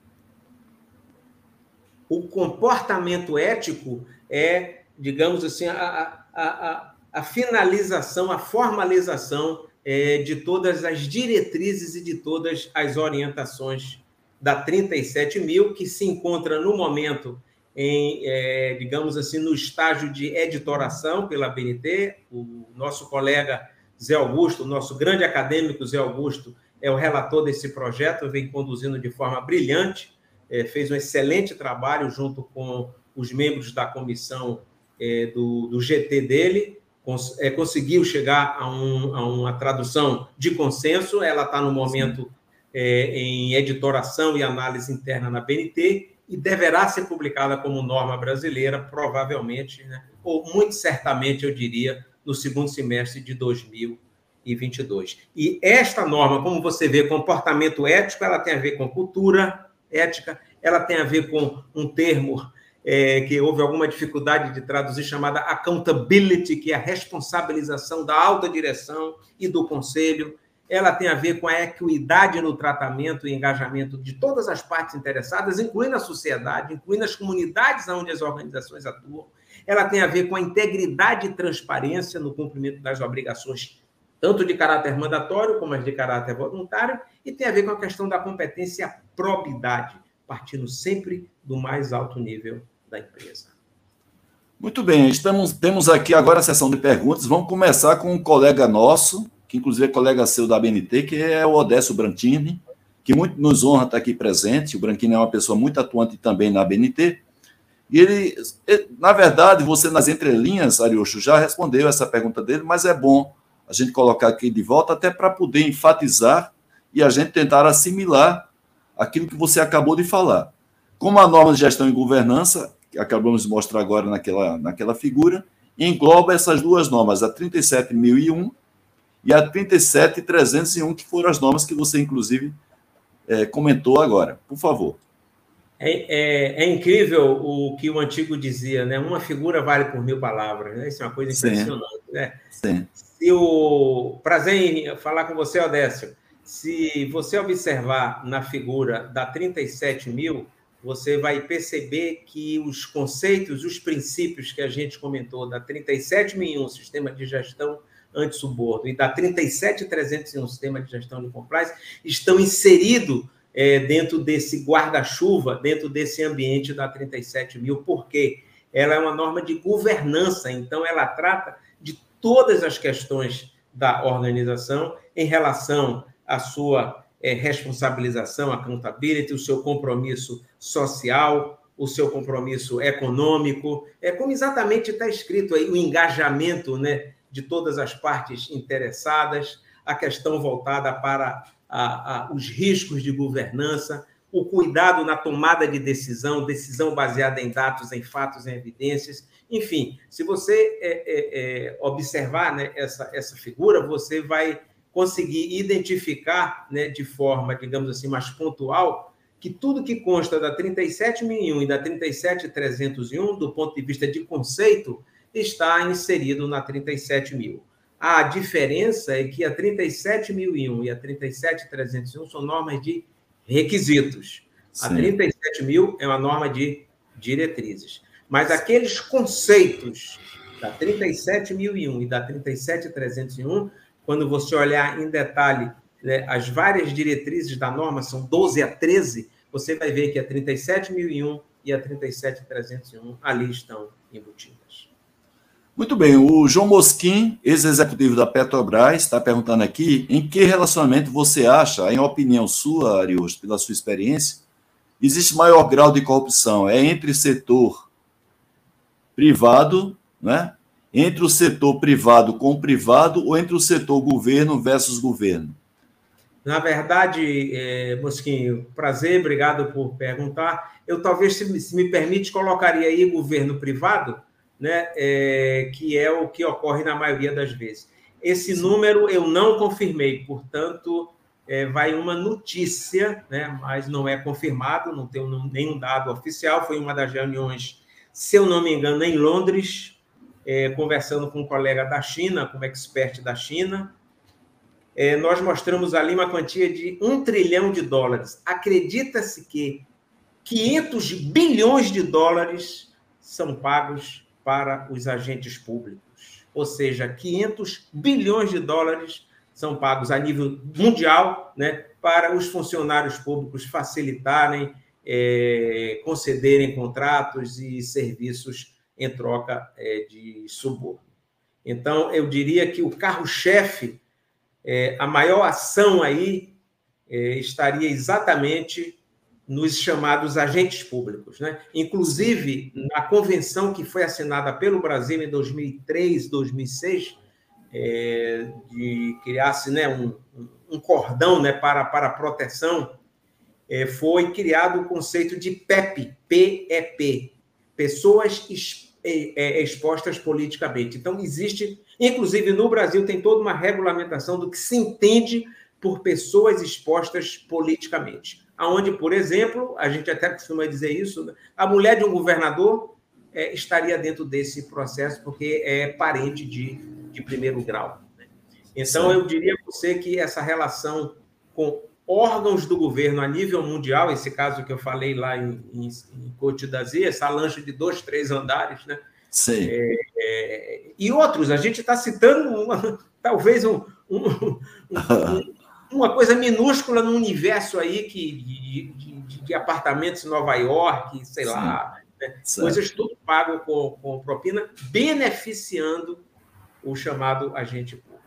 O comportamento ético é, digamos assim, a, a, a, a finalização, a formalização é, de todas as diretrizes e de todas as orientações da trinta e sete mil, que se encontra no momento em, é, digamos assim, no estágio de editoração pela A B N T. O nosso colega Zé Augusto, o nosso grande acadêmico Zé Augusto, é o relator desse projeto, vem conduzindo de forma brilhante, é, fez um excelente trabalho junto com os membros da comissão é, do, do G T dele, cons, é, conseguiu chegar a, um, a uma tradução de consenso. Ela está no momento é, em editoração e análise interna na A B N T, e deverá ser publicada como norma brasileira, provavelmente, né, ou muito certamente, eu diria, no segundo semestre de dois mil e vinte e dois. E esta norma, como você vê, comportamento ético, ela tem a ver com cultura ética, ela tem a ver com um termo é, que houve alguma dificuldade de traduzir, chamada accountability, que é a responsabilização da alta direção e do conselho. Ela tem a ver com a equidade no tratamento e engajamento de todas as partes interessadas, incluindo a sociedade, incluindo as comunidades onde as organizações atuam. Ela tem a ver com a integridade e transparência no cumprimento das obrigações, tanto de caráter mandatório como as de caráter voluntário, e tem a ver com a questão da competência e a probidade, partindo sempre do mais alto nível da empresa. Muito bem, estamos, temos aqui agora a sessão de perguntas. Vamos começar com um colega nosso, que inclusive é colega seu da A B N T, que é o Odécio Branchini, que muito nos honra estar aqui presente. O Branchini é uma pessoa muito atuante também na A B N T. E ele, na verdade, você nas entrelinhas, Ariosto, já respondeu essa pergunta dele, mas é bom a gente colocar aqui de volta até para poder enfatizar e a gente tentar assimilar aquilo que você acabou de falar. Como a norma de gestão e governança, que acabamos de mostrar agora naquela, naquela figura, engloba essas duas normas, a trinta e sete mil e um e a trinta e sete mil trezentos e um, que foram as normas que você, inclusive, é, comentou agora. Por favor. É, é, é incrível o que o antigo dizia, né? Uma figura vale por mil palavras, né? Isso é uma coisa impressionante, Sim. né? Sim. Se o prazer em falar com você, Odécio, se você observar na figura da trinta e sete mil, você vai perceber que os conceitos, os princípios que a gente comentou da trinta e sete mil e um, sistema de gestão antissuborno, e da trinta e sete mil trezentos e um, sistema de gestão de compliance, estão inseridos É, dentro desse guarda-chuva, dentro desse ambiente da trinta e sete mil, porque ela é uma norma de governança, então ela trata de todas as questões da organização em relação à sua é, responsabilização, accountability, o seu compromisso social, o seu compromisso econômico, é como exatamente está escrito aí, o engajamento, né, de todas as partes interessadas, a questão voltada para A, a, os riscos de governança, o cuidado na tomada de decisão, decisão baseada em dados, em fatos, em evidências. Enfim, se você é, é, é, observar, né, essa, essa figura, você vai conseguir identificar, né, de forma, digamos assim, mais pontual, que tudo que consta da trinta e sete mil e um e da trinta e sete mil trezentos e um, do ponto de vista de conceito, está inserido na trinta e sete mil. A diferença é que a trinta e sete mil e um e a trinta e sete mil trezentos e um são normas de requisitos. Sim. A trinta e sete mil é uma norma de diretrizes. Mas aqueles conceitos da trinta e sete mil e um e da trinta e sete mil trezentos e um, quando você olhar em detalhe, né, as várias diretrizes da norma, são doze a treze, você vai ver que a trinta e sete mil e um e a trinta e sete mil trezentos e um ali estão embutidas. Muito bem, o João Mosquim, ex-executivo da Petrobras, está perguntando aqui em que relacionamento você acha, em opinião sua, Ariosto, pela sua experiência, existe maior grau de corrupção? É entre setor privado, né? Entre o setor privado com o privado ou entre o setor governo versus governo? Na verdade, é, Mosquinho, prazer, obrigado por perguntar. Eu talvez, se, se me permite, colocaria aí governo privado, né, é, que é o que ocorre na maioria das vezes. Esse Sim. número eu não confirmei, portanto, é, vai uma notícia, né, mas não é confirmado, não tem nenhum dado oficial. Foi uma das reuniões, se eu não me engano, em Londres, é, conversando com um colega da China, como expert da China. É, nós mostramos ali uma quantia de um trilhão de dólares. Acredita-se que quinhentos bilhões de dólares são pagos para os agentes públicos, ou seja, quinhentos bilhões de dólares são pagos a nível mundial, né, para os funcionários públicos facilitarem, é, concederem contratos e serviços em troca é, de suborno. Então, eu diria que o carro-chefe, é, a maior ação aí é, estaria exatamente nos chamados agentes públicos, né? Inclusive, na convenção que foi assinada pelo Brasil em dois mil e três, dois mil e seis, é, de criar-se, né, um, um cordão, né, para, para a proteção, é, foi criado o conceito de P E P, P E P, Pessoas Expostas Politicamente. Então, existe, inclusive no Brasil, tem toda uma regulamentação do que se entende por pessoas expostas politicamente. Onde, por exemplo, a gente até costuma dizer isso, né? A mulher de um governador é, estaria dentro desse processo porque é parente de, de primeiro grau. Né? Então, Sim. eu diria a você que essa relação com órgãos do governo a nível mundial, esse caso que eu falei lá em, em, em Côte d'Azur, essa lancha de dois, três andares, né? Sim. É, é, e outros, a gente está citando uma, talvez um... um, um, um uma coisa minúscula no universo aí que, de, de, de apartamentos em Nova York, sei Sim. lá, né? Coisas tudo pago com, com propina, beneficiando o chamado agente público.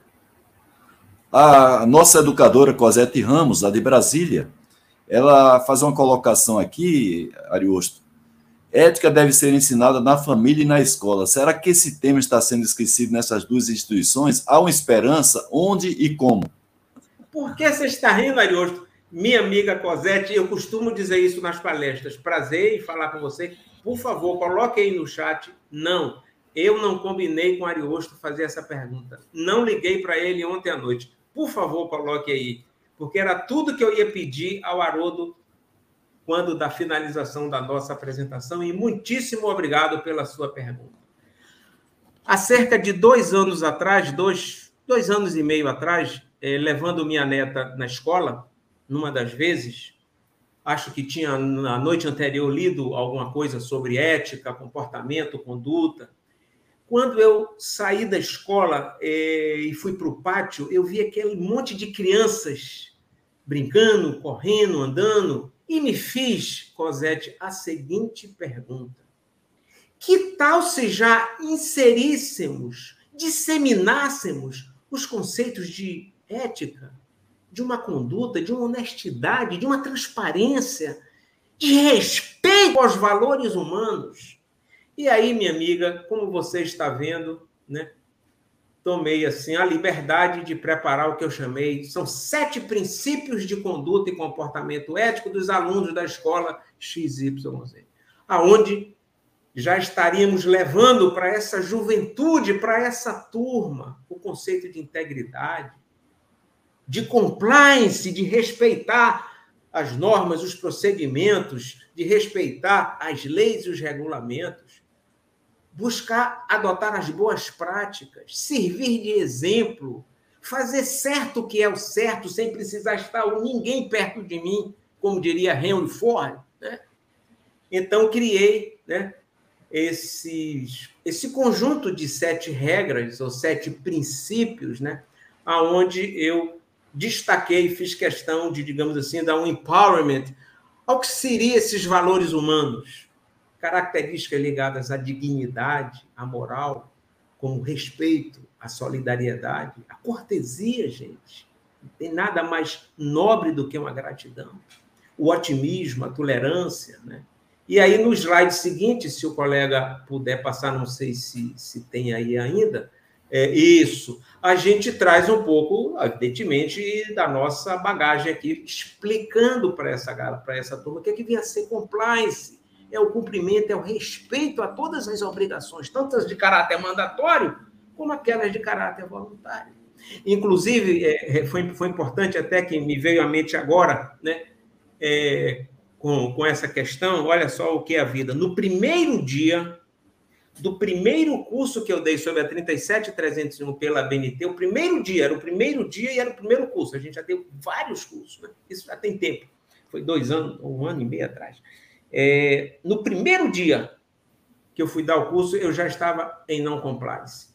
A nossa educadora Cosete Ramos, lá de Brasília, ela faz uma colocação aqui, Ariosto, Ética deve ser ensinada na família e na escola. Será que esse tema está sendo esquecido nessas duas instituições? Há uma esperança? Onde e como? Por que você está rindo, Ariosto? Minha amiga Cosete, eu costumo dizer isso nas palestras. Prazer em falar com você. Por favor, coloque aí no chat. Não, eu não combinei com o Ariosto fazer essa pergunta. Não liguei para ele ontem à noite. Por favor, coloque aí. Porque era tudo que eu ia pedir ao Haroldo quando da finalização da nossa apresentação. E muitíssimo obrigado pela sua pergunta. Há cerca de dois anos atrás, dois, dois anos e meio atrás, eh, levando minha neta na escola, numa das vezes, acho que tinha na noite anterior lido alguma coisa sobre ética, comportamento, conduta. Quando eu saí da escola eh, e fui para o pátio, eu vi aquele monte de crianças brincando, correndo, andando, e me fiz, Cosete, a seguinte pergunta. Que tal se já inseríssemos, disseminássemos os conceitos de ética, de uma conduta, de uma honestidade, de uma transparência, de respeito aos valores humanos? E aí, minha amiga, como você está vendo, né, tomei assim a liberdade de preparar o que eu chamei, são sete princípios de conduta e comportamento ético dos alunos da escola X Y Z, aonde já estaríamos levando para essa juventude, para essa turma, o conceito de integridade, de compliance, de respeitar as normas, os procedimentos, de respeitar as leis e os regulamentos, buscar adotar as boas práticas, servir de exemplo, fazer certo o que é o certo, sem precisar estar ninguém perto de mim, como diria Henry Ford, né? Então, criei, né, esses, esse conjunto de sete regras, ou sete princípios, né, onde eu destaquei, fiz questão de, digamos assim, dar um empowerment ao que seriam esses valores humanos, características ligadas à dignidade, à moral, como o respeito, a solidariedade, a cortesia, gente. Não tem nada mais nobre do que uma gratidão. O otimismo, a tolerância, né? E aí, no slide seguinte, se o colega puder passar, não sei se, se tem aí ainda, é isso. A gente traz um pouco, evidentemente, da nossa bagagem aqui, explicando para essa, para essa turma o que é que vinha a ser compliance. É o cumprimento, é o respeito a todas as obrigações, tanto as de caráter mandatório, como aquelas de caráter voluntário. Inclusive, é, foi, foi importante até que me veio à mente agora, né, é, com, com essa questão, olha só o que é a vida. No primeiro dia do primeiro curso que eu dei sobre a trinta e sete trezentos e um pela B N T, o primeiro dia, era o primeiro dia e era o primeiro curso. A gente já deu vários cursos, né? Isso já tem tempo. Foi dois anos, um ano e meio atrás. É, no primeiro dia que eu fui dar o curso, eu já estava em não compliance.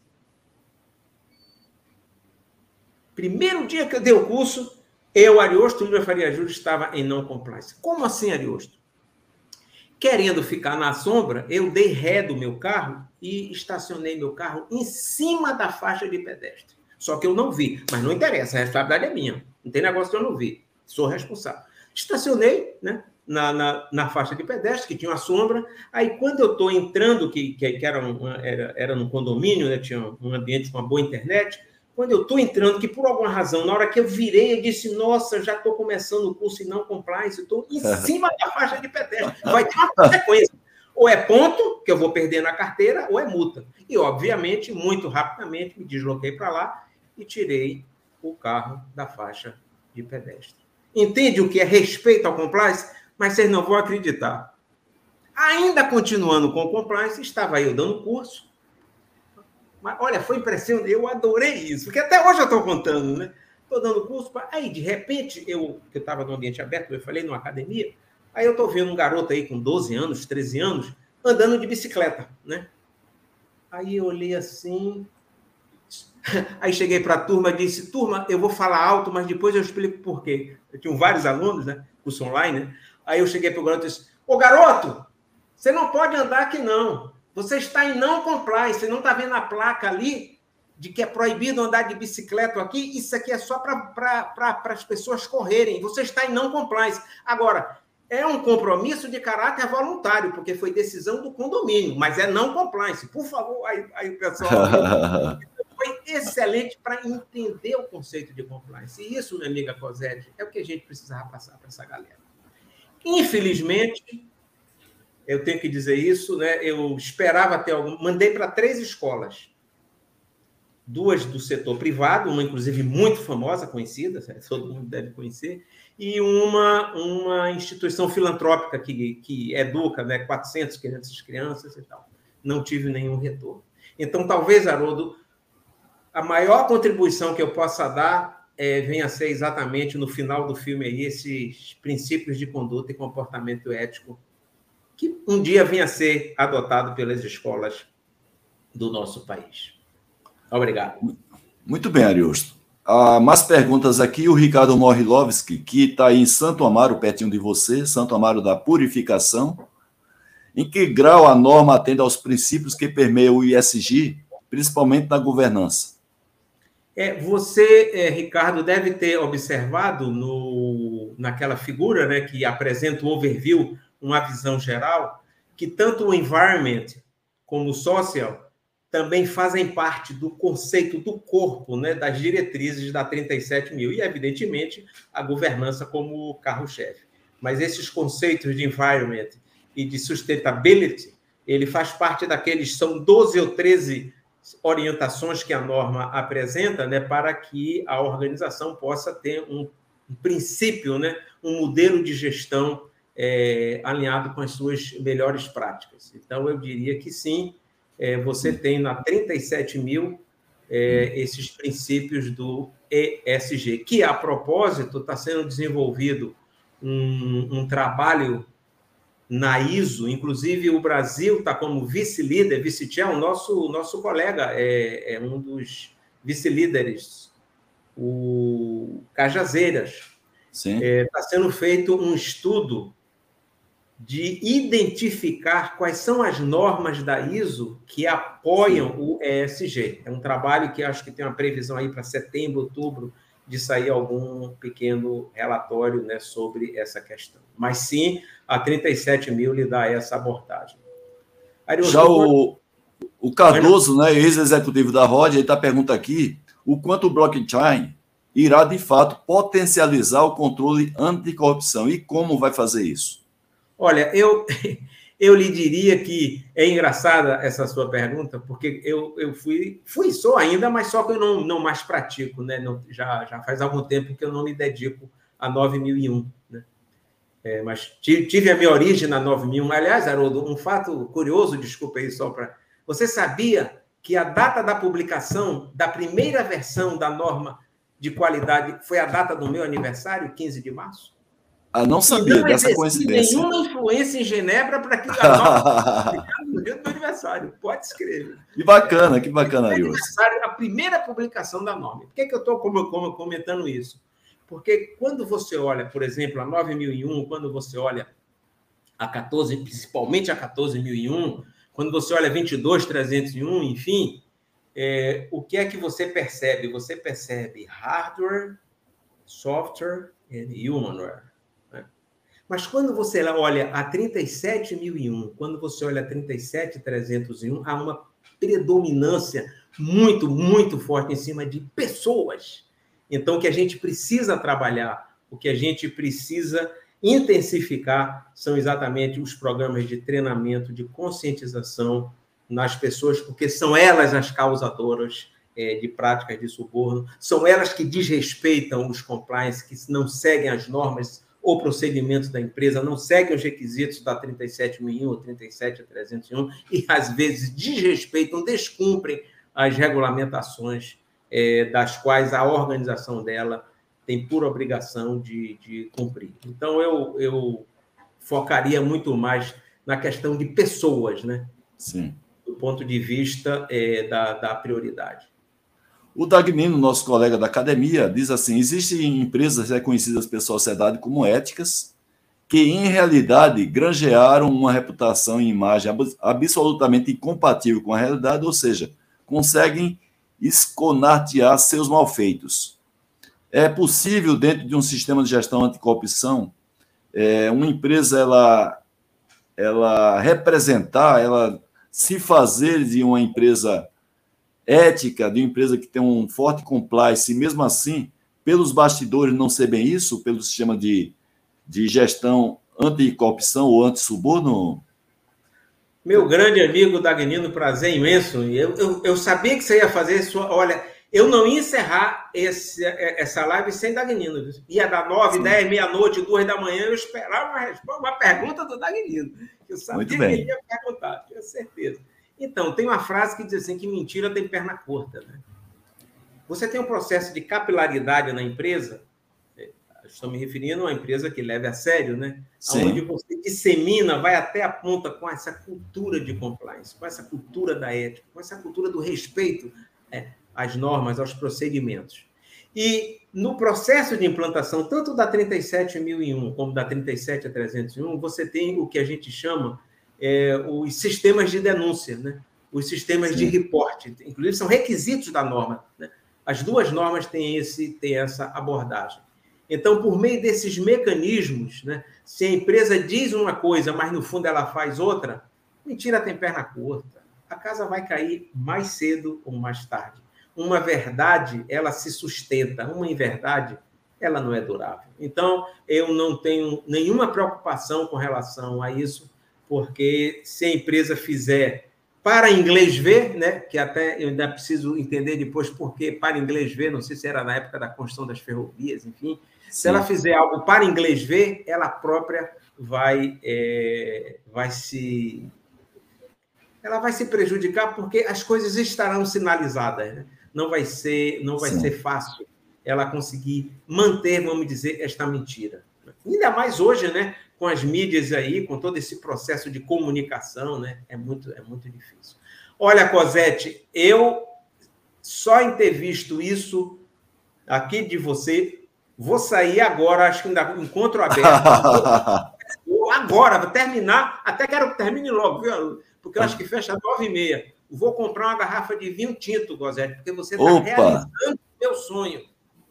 Primeiro dia que eu dei o curso, eu, Ariosto Lima Faria Júlio, estava em não compliance. Como assim, Ariosto? Querendo ficar na sombra, eu dei ré do meu carro e estacionei meu carro em cima da faixa de pedestre. Só que eu não vi, mas não interessa, a responsabilidade é minha. Não tem negócio que eu não vi, sou responsável. Estacionei, né, na, na, na faixa de pedestre, que tinha uma sombra. Aí, quando eu estou entrando, que, que, que era, um, era, era num condomínio, né, tinha um ambiente com uma boa internet, quando eu estou entrando, que por alguma razão, na hora que eu virei, eu disse, nossa, já estou começando o curso e não compliance, estou em cima da faixa de pedestre. Vai ter uma consequência. Ou é ponto, que eu vou perder na carteira, ou é multa. E, obviamente, muito rapidamente, me desloquei para lá e tirei o carro da faixa de pedestre. Entende o que é respeito ao compliance? Mas vocês não vão acreditar. Ainda continuando com o compliance, estava eu dando curso. Mas, olha, foi impressionante, eu adorei isso, porque até hoje eu estou contando, né? Estou dando curso, pra... aí, de repente, eu que estava no ambiente aberto, eu falei, numa academia, aí eu estou vendo um garoto aí com doze anos, treze anos, andando de bicicleta, né? Aí eu olhei assim, aí cheguei para a turma e disse, turma, eu vou falar alto, mas depois eu explico por quê. Eu tinha vários alunos, né? Curso online, né? Aí eu cheguei para o garoto e disse, ô garoto, você não pode andar aqui não. Você está em não compliance, você não está vendo a placa ali de que é proibido andar de bicicleta aqui? Isso aqui é só para pra, pra, as pessoas correrem. Você está em não compliance. Agora, é um compromisso de caráter voluntário, porque foi decisão do condomínio, mas é não compliance. Por favor, aí, aí o pessoal... Foi excelente para entender o conceito de compliance. E isso, minha amiga Cosette, é o que a gente precisava passar para essa galera. Infelizmente, eu tenho que dizer isso, né? Eu esperava ter algum... Mandei para três escolas. Duas do setor privado, uma, inclusive, muito famosa, conhecida, todo mundo deve conhecer, e uma, uma instituição filantrópica que, que educa, né, quatrocentas, quinhentas crianças e tal. Não tive nenhum retorno. Então, talvez, Haroldo, a maior contribuição que eu possa dar é, venha a ser exatamente no final do filme aí, esses princípios de conduta e comportamento ético que um dia venha a ser adotado pelas escolas do nosso país. Obrigado. Muito bem, Ariosto. Há mais perguntas aqui. O Ricardo Morilovski, que está aí em Santo Amaro, pertinho de você, Santo Amaro da Purificação. Em que grau a norma atende aos princípios que permeiam o I S G, principalmente na governança? É, você, é, Ricardo, deve ter observado no, naquela figura, né, que apresenta o overview, uma visão geral, que tanto o environment como o social também fazem parte do conceito do corpo, né, das diretrizes da trinta e sete mil, e, evidentemente, a governança como carro-chefe. Mas esses conceitos de environment e de sustainability, ele faz parte daqueles, são doze ou treze orientações que a norma apresenta, né, para que a organização possa ter um, um princípio, né, um modelo de gestão é, alinhado com as suas melhores práticas. Então, eu diria que sim, é, você tem na trinta e sete mil é, esses princípios do E S G, que, a propósito, está sendo desenvolvido um, um trabalho na I S O, inclusive o Brasil está como vice-líder, vice-chair, o nosso, nosso colega é, é um dos vice-líderes, o Cajazeiras. Está é, sendo feito um estudo de identificar quais são as normas da I S O que apoiam o E S G. É um trabalho que acho que tem uma previsão aí para setembro, outubro, de sair algum pequeno relatório, né, sobre essa questão. Mas, sim, a trinta e sete mil lhe dá essa abordagem. Ariosto, já o, o Cardoso, né, ex-executivo da R O D, ele está perguntando aqui o quanto o blockchain irá, de fato, potencializar o controle anticorrupção e como vai fazer isso? Olha, eu... Eu lhe diria que é engraçada essa sua pergunta, porque eu, eu fui, fui, sou ainda, mas só que eu não, não mais pratico, né? Não, já, já faz algum tempo que eu não me dedico a nove mil e um, né? É, mas tive a minha origem na nove mil e um. Aliás, Haroldo, um fato curioso, desculpa aí só para... Você sabia que a data da publicação da primeira versão da norma de qualidade foi a data do meu aniversário, quinze de março? Ah, não sabia não dessa coincidência. Não nenhuma influência em Genebra para que a norma no dia do meu aniversário. Pode escrever. Que bacana, é, que bacana, Ariosto. A primeira publicação da norma. Por que, que eu estou comentando isso? Porque quando você olha, por exemplo, a nove mil e um, quando você olha a quatorze, principalmente a quatorze mil e um, quando você olha a vinte e dois mil trezentos e um, enfim, é, o que é que você percebe? Você percebe hardware, software e humanware. Mas quando você olha a trinta e sete mil e um, quando você olha a trinta e sete mil trezentos e um, há uma predominância muito, muito forte em cima de pessoas. Então, o que a gente precisa trabalhar, o que a gente precisa intensificar são exatamente os programas de treinamento, de conscientização nas pessoas, porque são elas as causadoras é, de práticas de suborno, são elas que desrespeitam os compliance, que não seguem as normas ou procedimentos da empresa, não seguem os requisitos da trinta e sete mil e um ou trinta e sete mil trezentos e um e, às vezes, desrespeitam, descumprem as regulamentações é, das quais a organização dela tem por obrigação de, de cumprir. Então, eu, eu focaria muito mais na questão de pessoas, né? Sim. Do ponto de vista é, da, da prioridade. O Dagnino, nosso colega da academia, diz assim: existem empresas reconhecidas pela sociedade como éticas que, em realidade, granjearam uma reputação e imagem absolutamente incompatível com a realidade, ou seja, conseguem esconartear seus malfeitos. É possível, dentro de um sistema de gestão anticorrupção, é, uma empresa ela, ela representar, ela se fazer de uma empresa ética, de uma empresa que tem um forte compliance, e mesmo assim, pelos bastidores não ser bem isso, pelo sistema de, de gestão anticorrupção ou antissuborno? Meu grande amigo Dagnino, prazer imenso. Eu, eu, eu sabia que você ia fazer isso. Olha, eu não ia encerrar esse, essa live sem Dagnino. Ia dar nove, dez, meia-noite, duas da manhã, eu esperava uma, resposta, uma pergunta do Dagnino. Eu sabia Muito que bem. ele ia perguntar, tinha certeza. Então, tem uma frase que diz assim, que mentira tem perna curta, né? Você tem um processo de capilaridade na empresa, estou me referindo a uma empresa que leve a sério, né? Sim. Onde você dissemina, vai até a ponta com essa cultura de compliance, com essa cultura da ética, com essa cultura do respeito é, às normas, aos procedimentos. E no processo de implantação, tanto da trinta e sete mil e um como da trinta e sete a trezentos e um, você tem o que a gente chama é, os sistemas de denúncia, né? Os sistemas Sim. de reporte, inclusive são requisitos da norma, né? As duas normas têm, esse, têm essa abordagem. Então, por meio desses mecanismos, né, se a empresa diz uma coisa, mas no fundo ela faz outra, mentira tem perna curta. A casa vai cair mais cedo ou mais tarde. Uma verdade, ela se sustenta. Uma inverdade, ela não é durável. Então, eu não tenho nenhuma preocupação com relação a isso, porque se a empresa fizer para inglês ver, né, que até eu ainda preciso entender depois por que para inglês ver, não sei se era na época da construção das ferrovias, enfim. Se ela fizer algo para inglês ver, ela própria vai, é, vai se... Ela vai se prejudicar porque as coisas estarão sinalizadas, né? Não vai ser, não vai ser fácil ela conseguir manter, vamos dizer, esta mentira. Ainda mais hoje, né? Com as mídias aí, com todo esse processo de comunicação, né? É muito, é muito difícil. Olha, Cosete, eu só em ter visto isso aqui de você... Vou sair agora, acho que ainda encontro aberto. Vou agora, vou terminar, até quero que termine logo, viu? Porque eu acho que fecha às nove e meia. Vou comprar uma garrafa de vinho tinto, Cosete, porque você está realizando o meu sonho.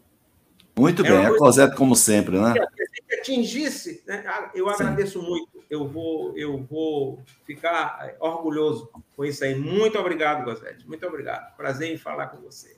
Muito bem, a Cosete como sempre, né? Se atingisse, né? Eu agradeço Sim. muito. Eu vou, eu vou ficar orgulhoso com isso aí. Muito obrigado, Cosete. Muito obrigado. Prazer em falar com você.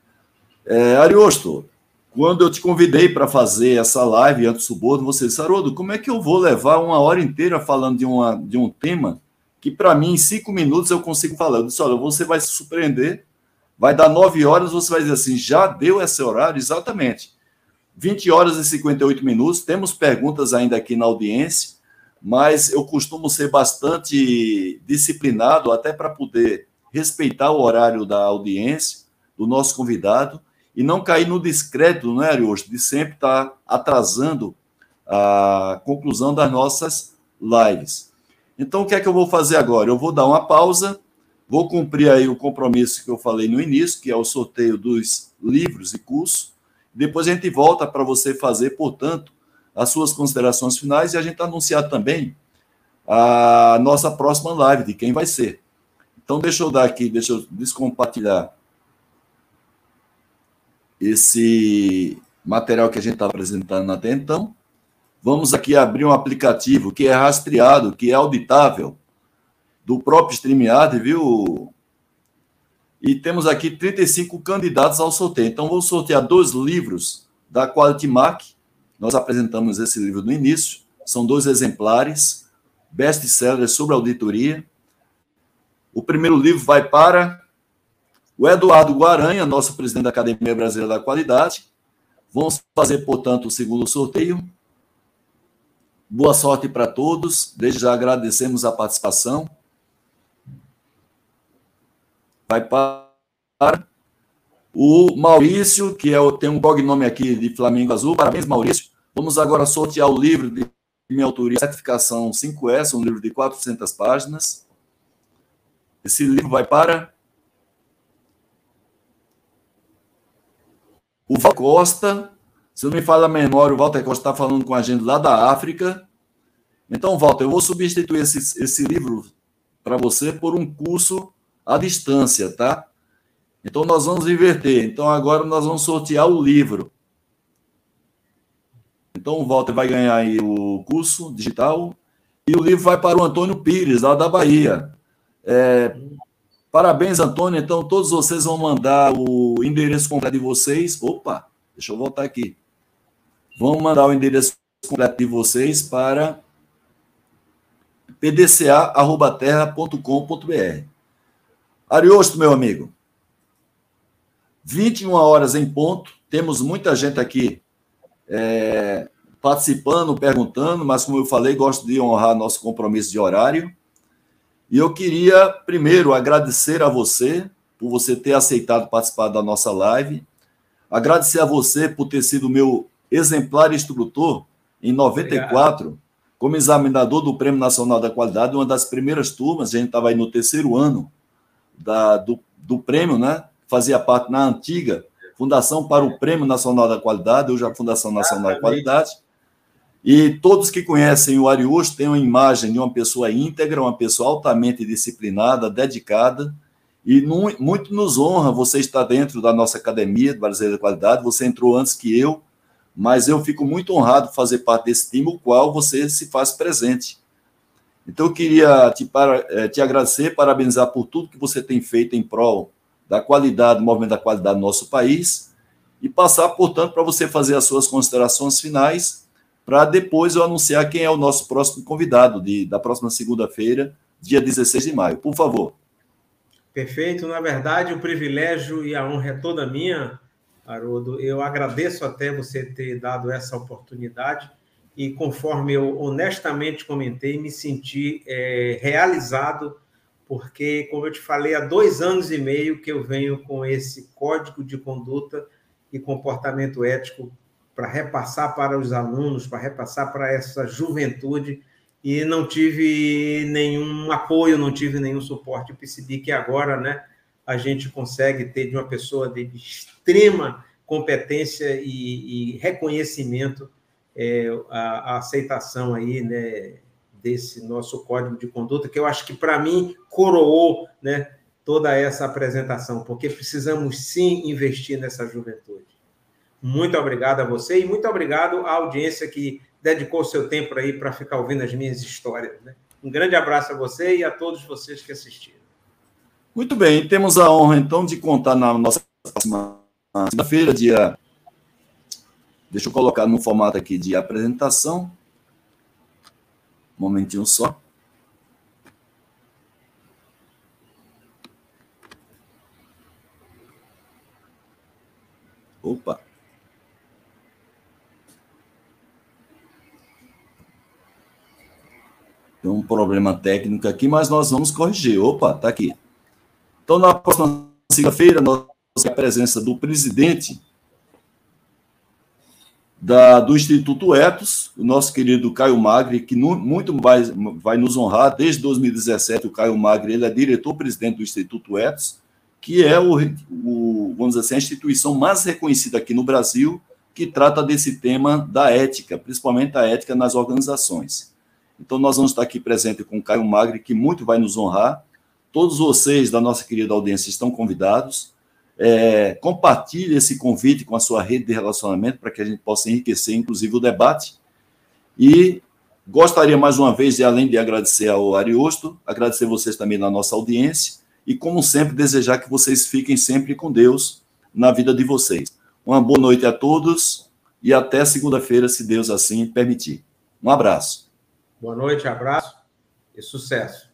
É, Ariosto, quando eu te convidei para fazer essa live anti-suborno, você disse, Haroldo, como é que eu vou levar uma hora inteira falando de, uma, de um tema que, para mim, em cinco minutos eu consigo falar? Eu disse, olha, você vai se surpreender, vai dar nove horas, você vai dizer assim, já deu esse horário? Exatamente. vinte horas e cinquenta e oito minutos, temos perguntas ainda aqui na audiência, mas eu costumo ser bastante disciplinado, até para poder respeitar o horário da audiência, do nosso convidado, e não cair no descrédito, não é, Ariosto, de sempre estar atrasando a conclusão das nossas lives. Então, o que é que eu vou fazer agora? Eu vou dar uma pausa, vou cumprir aí o compromisso que eu falei no início, que é o sorteio dos livros e cursos, depois a gente volta para você fazer, portanto, as suas considerações finais e a gente anunciar também a nossa próxima live, de quem vai ser. Então, deixa eu dar aqui, deixa eu descompartilhar esse material que a gente está apresentando até então. Vamos aqui abrir um aplicativo que é rastreado, que é auditável, do próprio StreamYard, viu? E temos aqui trinta e cinco candidatos ao sorteio. Então, vou sortear dois livros da Quality Mark. Nós apresentamos esse livro no início. São dois exemplares, best-sellers sobre auditoria. O primeiro livro vai para o Eduardo Guaranha, nosso presidente da Academia Brasileira da Qualidade. Vamos fazer, portanto, o segundo sorteio. Boa sorte para todos. Desde já agradecemos a participação. Vai para o Maurício, que é o, tem um cognome aqui de Flamengo Azul. Parabéns, Maurício. Vamos agora sortear o livro de minha autoria, Certificação cinco S, um livro de quatrocentas páginas. Esse livro vai para o Walter Costa. Se não me falha a memória, o Walter Costa está falando com a gente lá da África. Então, Walter, eu vou substituir esse, esse livro para você por um curso à distância, tá? Então, nós vamos inverter. Então, agora nós vamos sortear o livro. Então, Então, o Walter vai ganhar aí o curso digital e o livro vai para o Antônio Pires, lá da Bahia. É, parabéns, Antônio. Então, todos vocês vão mandar o endereço completo de vocês. Opa, deixa eu voltar aqui. Vão mandar o endereço completo de vocês para p d c a arroba terra ponto com ponto b r. Ariosto, meu amigo, vinte e uma horas em ponto, temos muita gente aqui é, participando, perguntando, mas como eu falei, gosto de honrar nosso compromisso de horário. E eu queria, primeiro, agradecer a você por você ter aceitado participar da nossa live, agradecer a você por ter sido meu exemplar instrutor em noventa e quatro, Obrigado. Como examinador do Prêmio Nacional da Qualidade, uma das primeiras turmas, a gente estava aí no terceiro ano da, do, do prêmio, né? Fazia parte na antiga Fundação para o Prêmio Nacional da Qualidade, hoje a Fundação Nacional da Qualidade. E todos que conhecem o Ariosto têm uma imagem de uma pessoa íntegra, uma pessoa altamente disciplinada, dedicada, e muito nos honra você estar dentro da nossa Academia de Brasileira da Qualidade. Você entrou antes que eu, mas eu fico muito honrado de fazer parte desse time, o qual você se faz presente. Então, eu queria te, para, te agradecer, parabenizar por tudo que você tem feito em prol da qualidade, do movimento da qualidade do nosso país, e passar, portanto, para você fazer as suas considerações finais, para depois eu anunciar quem é o nosso próximo convidado de, da próxima segunda-feira, dia dezesseis de maio. Por favor. Perfeito. Na verdade, o privilégio e a honra é toda minha, Haroldo. Eu agradeço até você ter dado essa oportunidade e, conforme eu honestamente comentei, me senti é, realizado, porque, como eu te falei, há dois anos e meio que eu venho com esse código de conduta e comportamento ético para repassar para os alunos, para repassar para essa juventude, e não tive nenhum apoio, não tive nenhum suporte. Eu percebi que agora, né, a gente consegue ter de uma pessoa de extrema competência e, e reconhecimento é, a, a aceitação aí, né, desse nosso código de conduta, que eu acho que, para mim, coroou, né, toda essa apresentação, porque precisamos, sim, investir nessa juventude. Muito obrigado a você e muito obrigado à audiência que dedicou o seu tempo aí para ficar ouvindo as minhas histórias, né? Um grande abraço a você e a todos vocês que assistiram. Muito bem, temos a honra, então, de contar na nossa próxima segunda-feira, dia... Deixa eu colocar no formato aqui de apresentação. Um momentinho só. Opa. Tem um problema técnico aqui, mas nós vamos corrigir. Opa, está aqui. Então, na próxima segunda-feira, nós temos a presença do presidente da, do Instituto Ethos, o nosso querido Caio Magri, que no, muito vai, vai nos honrar. Desde dois mil e dezessete, o Caio Magri ele é diretor-presidente do Instituto Ethos, que é, o, o, vamos dizer assim, a instituição mais reconhecida aqui no Brasil, que trata desse tema da ética, principalmente a ética nas organizações. Então, nós vamos estar aqui presente com o Caio Magri, que muito vai nos honrar. Todos vocês da nossa querida audiência estão convidados. É, compartilhe esse convite com a sua rede de relacionamento para que a gente possa enriquecer, inclusive, o debate. E gostaria, mais uma vez, de, além de agradecer ao Ariosto, agradecer vocês também na nossa audiência e, como sempre, desejar que vocês fiquem sempre com Deus na vida de vocês. Uma boa noite a todos e até segunda-feira, se Deus assim permitir. Um abraço. Boa noite, abraço e sucesso.